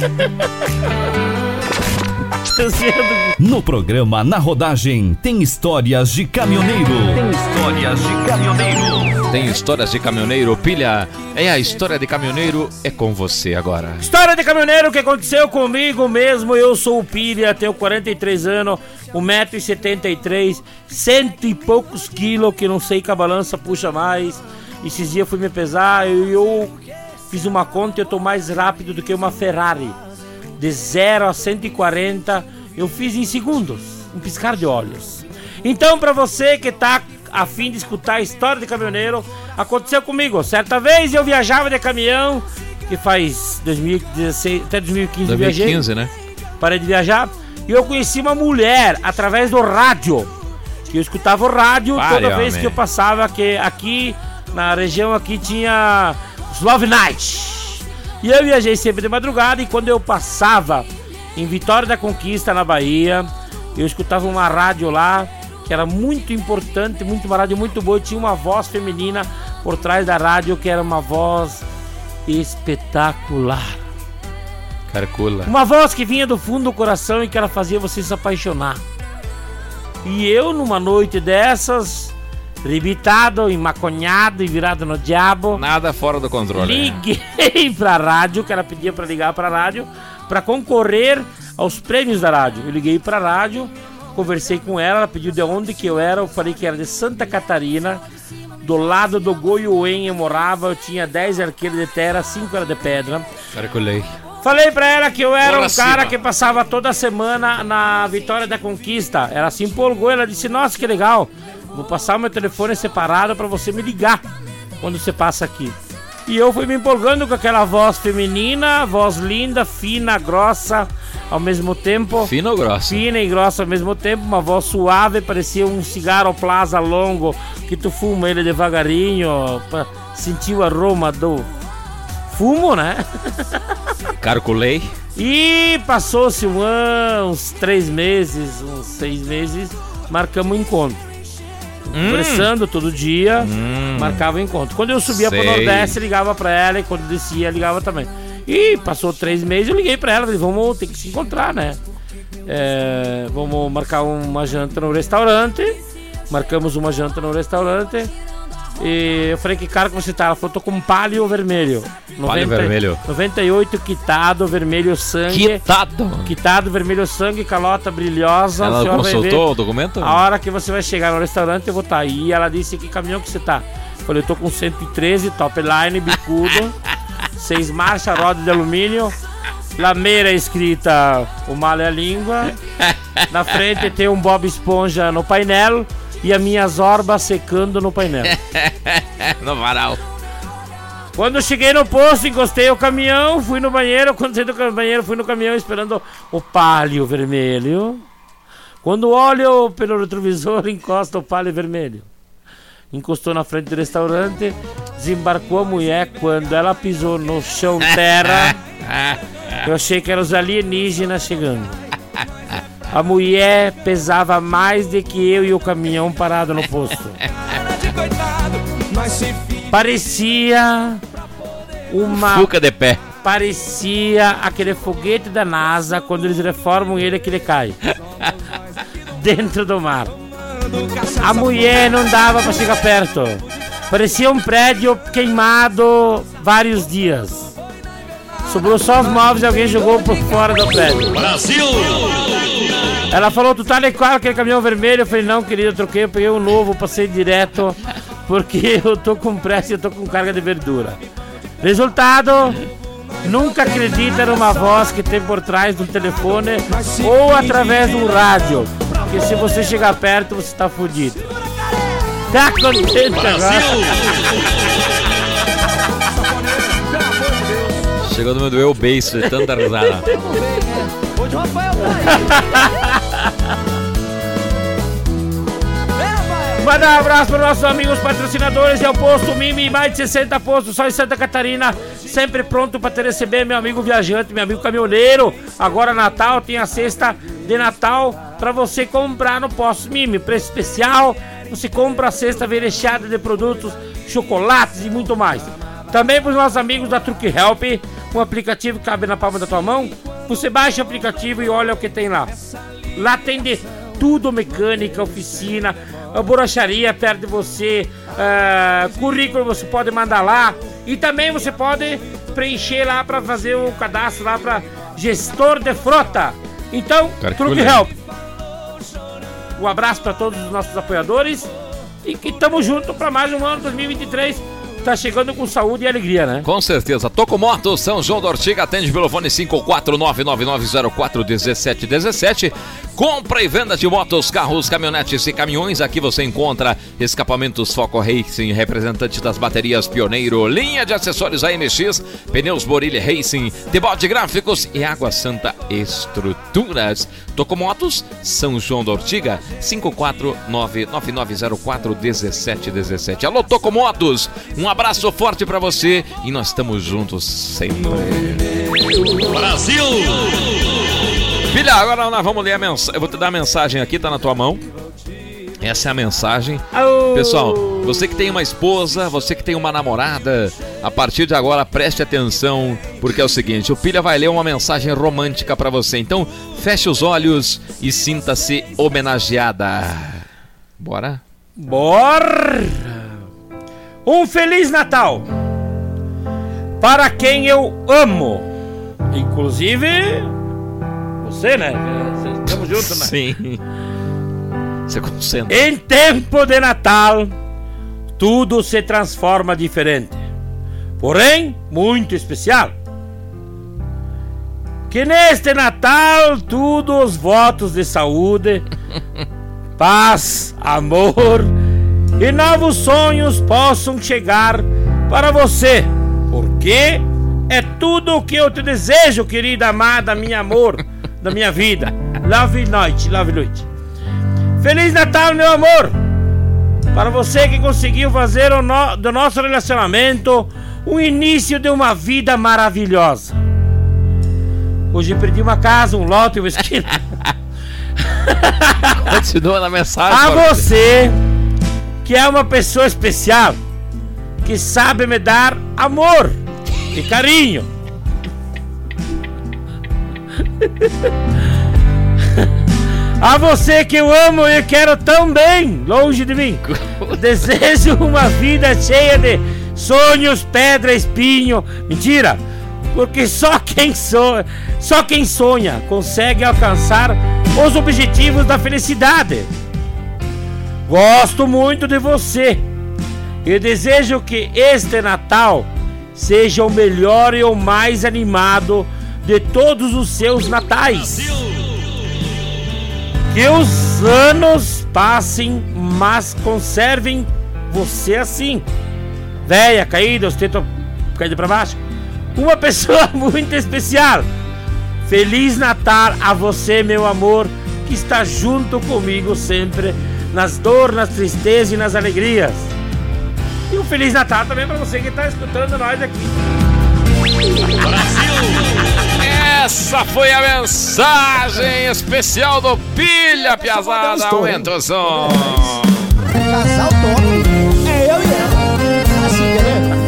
No programa Na Rodagem tem histórias de caminhoneiro. Tem histórias de caminhoneiro. Tem histórias de caminhoneiro, Pilha. É a história de caminhoneiro, é com você agora. História de caminhoneiro que aconteceu comigo mesmo. Eu sou o Pilha, tenho quarenta e três anos, um metro e setenta e três, cento e poucos quilos, que não sei que a balança puxa mais. Esses dias fui me pesar e eu, eu fiz uma conta e eu tô mais rápido do que uma Ferrari. De zero a cento e quarenta eu fiz em segundos, um piscar de olhos. Então, pra você que tá a fim de escutar a história de caminhoneiro, aconteceu comigo. Certa vez eu viajava de caminhão, que faz dois mil e dezesseis, até dois mil e quinze dois mil e quinze, viajei, né? Parei de viajar e eu conheci uma mulher através do rádio. Eu escutava o rádio Pare, toda vez homem. que eu passava, que aqui na região aqui tinha os Love Night. E eu viajei sempre de madrugada, e quando eu passava em Vitória da Conquista, na Bahia, eu escutava uma rádio lá que era muito importante, muito, uma rádio muito boa, e tinha uma voz feminina por trás da rádio que era uma voz espetacular. Carcula. Uma voz que vinha do fundo do coração e que ela fazia você se apaixonar. E eu, numa noite dessas, rebitado, emaconhado e virado no diabo, nada fora do controle. Liguei pra rádio, que ela pedia pra ligar pra rádio, pra concorrer aos prêmios da rádio. Eu liguei pra rádio, conversei com ela, ela pediu de onde que eu era, eu falei que era de Santa Catarina, do lado do Goiuém eu morava, eu tinha dez arqueiros de terra, cinco era de pedra. Carculei. Falei pra ela que eu era Bora um cara cima. que passava toda semana na Vitória da Conquista. Ela se empolgou, ela disse, nossa, que legal, vou passar o meu telefone separado pra você me ligar quando você passa aqui. E eu fui me empolgando com aquela voz feminina, voz linda, fina, grossa ao mesmo tempo. Fina ou grossa? Fina e grossa ao mesmo tempo, uma voz suave, parecia um cigarro plaza longo que tu fuma ele devagarinho pra sentir o aroma do fumo, né? Carculei. E passou-se um ano, uns três meses, uns seis meses, marcamos um encontro. Hum. Conversando todo dia, hum. marcava um encontro. Quando eu subia Sei. pro Nordeste, ligava pra ela, e quando descia, ligava também. E passou três meses, eu liguei pra ela, falei, vamos ter que se encontrar, né? É, vamos marcar uma janta no restaurante Marcamos uma janta no restaurante. E eu falei, que cara que você tá? Ela falou, tô com um palio vermelho. Palio vermelho. noventa e oito quitado, vermelho sangue. Quitado? Quitado, vermelho sangue, calota brilhosa. Ela consultou o documento? A hora que você vai chegar no restaurante, eu vou estar aí. E ela disse, que caminhão que você tá? Eu falei, eu tô com cento e treze, top line, bicudo. Seis marchas, roda de alumínio. Lameira escrita, o mal é a língua. Na frente tem um Bob Esponja no painel. E as minhas orbas secando no painel. No varal. Quando eu cheguei no posto, encostei o caminhão, fui no banheiro. Quando saí do banheiro, fui no caminhão esperando o palio vermelho. Quando olho pelo retrovisor, encosta o palio vermelho. Encostou na frente do restaurante, desembarcou a mulher. Quando ela pisou no chão terra, eu achei que eram os alienígenas chegando. A mulher pesava mais do que eu e o caminhão parado no posto. Parecia uma... Fuca de pé. Parecia aquele foguete da NASA quando eles reformam ele, que ele cai dentro do mar. A mulher não dava pra chegar perto. Parecia um prédio queimado vários dias. Sobrou só os móveis e alguém jogou por fora do prédio. Brasil! Ela falou, tu tá ali com aquele caminhão vermelho? Eu falei, não, querido, eu troquei, eu peguei um novo, passei direto, porque eu tô com pressa e eu tô com carga de verdura. Resultado, nunca acredita numa voz que tem por trás do telefone ou através do rádio, porque se você chegar perto, você tá fudido. Tá contente agora? Chegou no meu doeu o beiço, de tanta risada. Hoje o Rafael tá Mandar um abraço para os nossos amigos patrocinadores. É o Posto Mimi, mais de sessenta postos só em Santa Catarina. Sempre pronto para te receber, meu amigo viajante, meu amigo caminhoneiro. Agora Natal, tem a cesta de Natal para você comprar no Posto Mimi. Preço especial, você compra a cesta vem recheada de produtos, chocolates e muito mais. Também para os nossos amigos da Truck Help, um aplicativo que cabe na palma da tua mão. Você baixa o aplicativo e olha o que tem lá. Lá tem de tudo, mecânica, oficina, borracharia perto de você, uh, currículo você pode mandar lá. E também você pode preencher lá para fazer o cadastro lá para gestor de frota. Então, Truck Help. Um abraço para todos os nossos apoiadores e que estamos juntos para mais um ano dois mil e vinte e três. Tá chegando com saúde e alegria, né? Com certeza. Tocomotos, São João da Ortiga, atende pelo fone cinco quatro nove nove nove zero quatro um sete um sete. Compra e venda de motos, carros, caminhonetes e caminhões. Aqui você encontra escapamentos Foco Racing, representante das baterias Pioneiro, linha de acessórios A M X, pneus Borilli Racing, debode gráficos e Água Santa Estruturas. Tocomotos, São João da Ortiga, cinco quatro nove nove nove zero quatro um sete um sete. Alô, Tocomotos, um abraço forte pra você e nós estamos juntos sempre. Brasil! Filha, agora nós vamos ler a mensagem. Eu vou te dar a mensagem aqui, tá na tua mão. Essa é a mensagem. Oh. Pessoal, você que tem uma esposa, você que tem uma namorada, a partir de agora preste atenção, porque é o seguinte, o Pilha vai ler uma mensagem romântica pra você. Então, feche os olhos e sinta-se homenageada. Bora? Bora! Um Feliz Natal para quem eu amo, inclusive você, né? Estamos juntos, né? Sim. Você concentra. Em tempo de Natal, tudo se transforma diferente, porém muito especial. Que neste Natal, todos os votos de saúde, paz, amor e novos sonhos possam chegar para você, porque é tudo o que eu te desejo, querida amada, minha amor, da minha vida. Love noite, love noite. Feliz Natal, meu amor, para você que conseguiu fazer o no, do nosso relacionamento o início de uma vida maravilhosa. Hoje perdi uma casa, um lote e uma esquina. Continua na mensagem. A você que é uma pessoa especial, que sabe me dar amor e carinho. A você que eu amo e quero tão bem, longe de mim. Desejo uma vida cheia de sonhos, pedra, espinho. Mentira, porque só quem sonha, só quem sonha consegue alcançar os objetivos da felicidade. Gosto muito de você e desejo que este Natal seja o melhor e o mais animado de todos os seus natais. Que os anos passem, mas conservem você assim. Véia, caída, os tetos caídos pra baixo. Uma pessoa muito especial. Feliz Natal a você, meu amor, que está junto comigo sempre, nas dores, nas tristezas e nas alegrias. E um Feliz Natal também pra você que está escutando nós aqui. Brasil! Essa foi a mensagem especial do Pilha, piazada. Aumenta o som. Casal top. É eu e ela. Assim, querendo.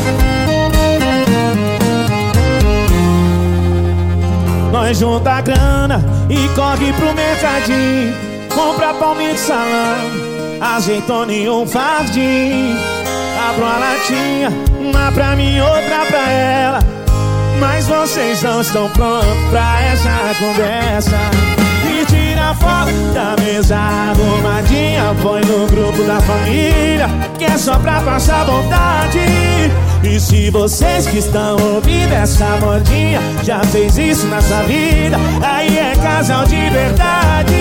Nós junta a grana e corre pro mercadinho. Compra palmito, salame, azeitona e um fardinho. Abro a latinha, uma pra mim, outra pra ela. Mas vocês não estão prontos pra essa conversa. E tira a foto da mesa arrumadinha, põe no grupo da família, que é só pra passar vontade. E se vocês que estão ouvindo essa modinha já fez isso na sua vida, aí é casal de verdade.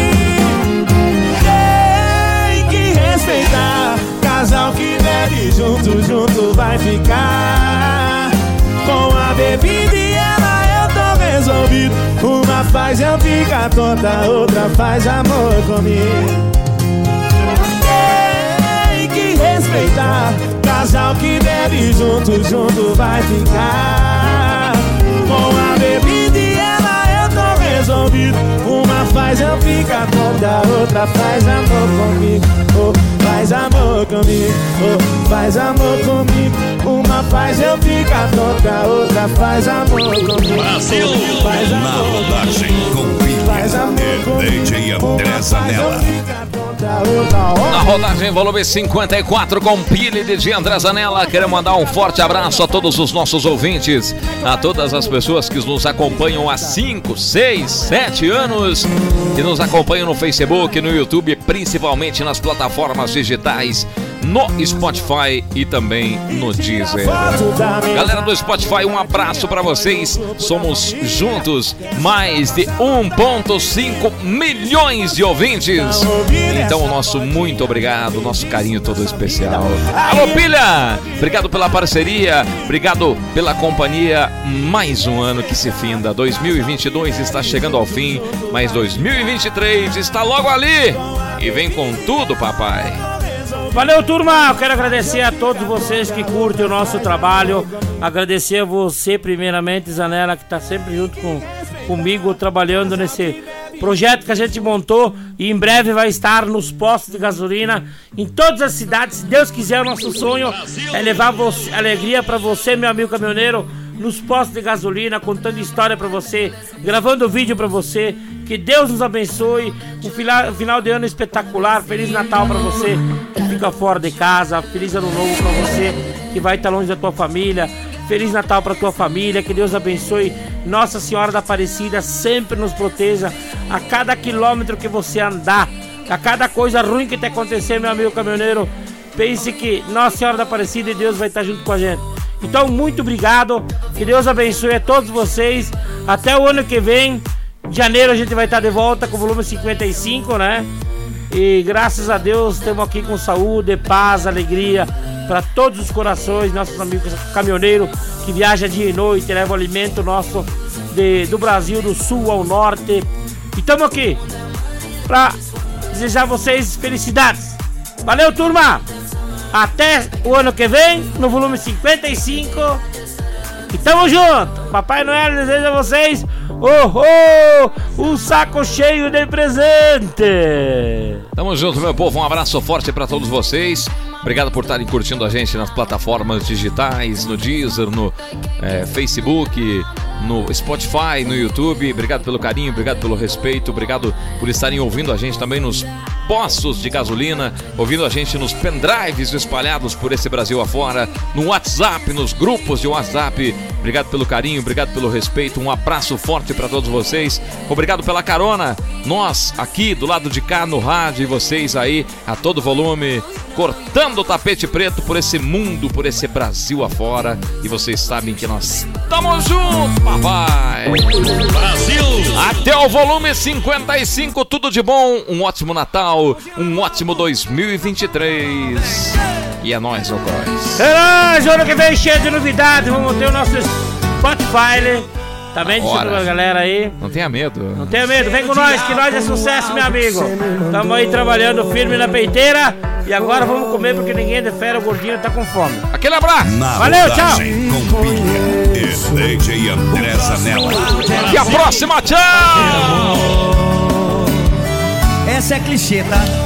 Tem que respeitar, casal que bebe junto, junto vai ficar. Com a bebida e ela eu tô resolvido. Uma faz eu ficar tonta, outra faz amor comigo. Tem que respeitar, casal que bebe junto, junto vai ficar. Com a bebida e ela eu tô resolvido. Uma faz eu ficar tonta, outra faz amor comigo. Oh, faz amor comigo, oh, faz amor comigo. Uma faz eu ficar tonta, outra faz amor comigo. Brasil! Faz amor na rodagem com Pilha e D J André Zanella. Na rodagem volume cinquenta e quatro com Pilha e D J André Zanella. Quero mandar um forte abraço a todos os nossos ouvintes, a todas as pessoas que nos acompanham há cinco, seis, sete anos, que nos acompanham no Facebook, no YouTube, principalmente nas plataformas digitais, no Spotify e também no Deezer. Galera do Spotify, um abraço pra vocês. Somos juntos mais de um vírgula cinco milhões de ouvintes. Então, nosso muito obrigado, nosso carinho todo especial. Alô, Pilha! Obrigado pela parceria, obrigado pela companhia. Mais um ano que se finda. dois mil e vinte e dois está chegando ao fim, mas dois mil e vinte e três está logo ali. E vem com tudo, papai. Valeu, turma! Eu quero agradecer a todos vocês que curtem o nosso trabalho. Agradecer a você, primeiramente, Zanella, que está sempre junto com, comigo, trabalhando nesse projeto que a gente montou. E em breve vai estar nos postos de gasolina em todas as cidades. Se Deus quiser, o nosso sonho é levar você, alegria para você, meu amigo caminhoneiro, nos postos de gasolina, contando história para você, gravando vídeo para você. Que Deus nos abençoe. Um final, um final de ano espetacular. Feliz Natal para você que fica fora de casa. Feliz Ano Novo para você que vai estar longe da tua família. Feliz Natal para tua família. Que Deus abençoe. Nossa Senhora da Aparecida sempre nos proteja a cada quilômetro que você andar, a cada coisa ruim que te acontecer, meu amigo caminhoneiro. Pense que Nossa Senhora da Aparecida e Deus vai estar junto com a gente. Então, muito obrigado. Que Deus abençoe a todos vocês. Até o ano que vem. Em janeiro a gente vai estar de volta com o volume cinquenta e cinco, né? E graças a Deus estamos aqui com saúde, paz, alegria para todos os corações, nossos amigos caminhoneiros que viajam dia e noite, levam alimento nosso de, do Brasil, do sul ao norte. E estamos aqui para desejar a vocês felicidades. Valeu, turma! Até o ano que vem no volume cinquenta e cinco. E tamo junto! Papai Noel deseja a vocês oh, oh, um saco cheio de presente! Tamo junto, meu povo. Um abraço forte pra todos vocês. Obrigado por estarem curtindo a gente nas plataformas digitais, no Deezer, no é, Facebook, no Spotify, no YouTube. Obrigado pelo carinho, obrigado pelo respeito, obrigado por estarem ouvindo a gente também nos postos de gasolina, ouvindo a gente nos pendrives espalhados por esse Brasil afora, no WhatsApp, nos grupos de WhatsApp. Obrigado pelo carinho, obrigado pelo respeito, um abraço forte para todos vocês. Obrigado pela carona, nós aqui do lado de cá no rádio e vocês aí a todo volume, cortando o tapete preto por esse mundo, por esse Brasil afora. E vocês sabem que nós estamos juntos, papai! Brasil! Até o volume cinquenta e cinco, tudo de bom, um ótimo Natal, um ótimo dois mil e vinte e três. E é nóis, ô Góis. É nóis, ano que vem cheio de novidades, vamos ter o nosso Spotify, também de pra galera aí. Não tenha medo. Não tenha medo, vem com nós, que nós é sucesso, meu amigo. Tamo aí trabalhando firme na peiteira. E agora vamos comer porque ninguém defere, o gordinho tá com fome. Aquele abraço. Na Valeu, tchau. Com Pilha e D J André Zanella. E a próxima, tchau. Essa é clichê, tá?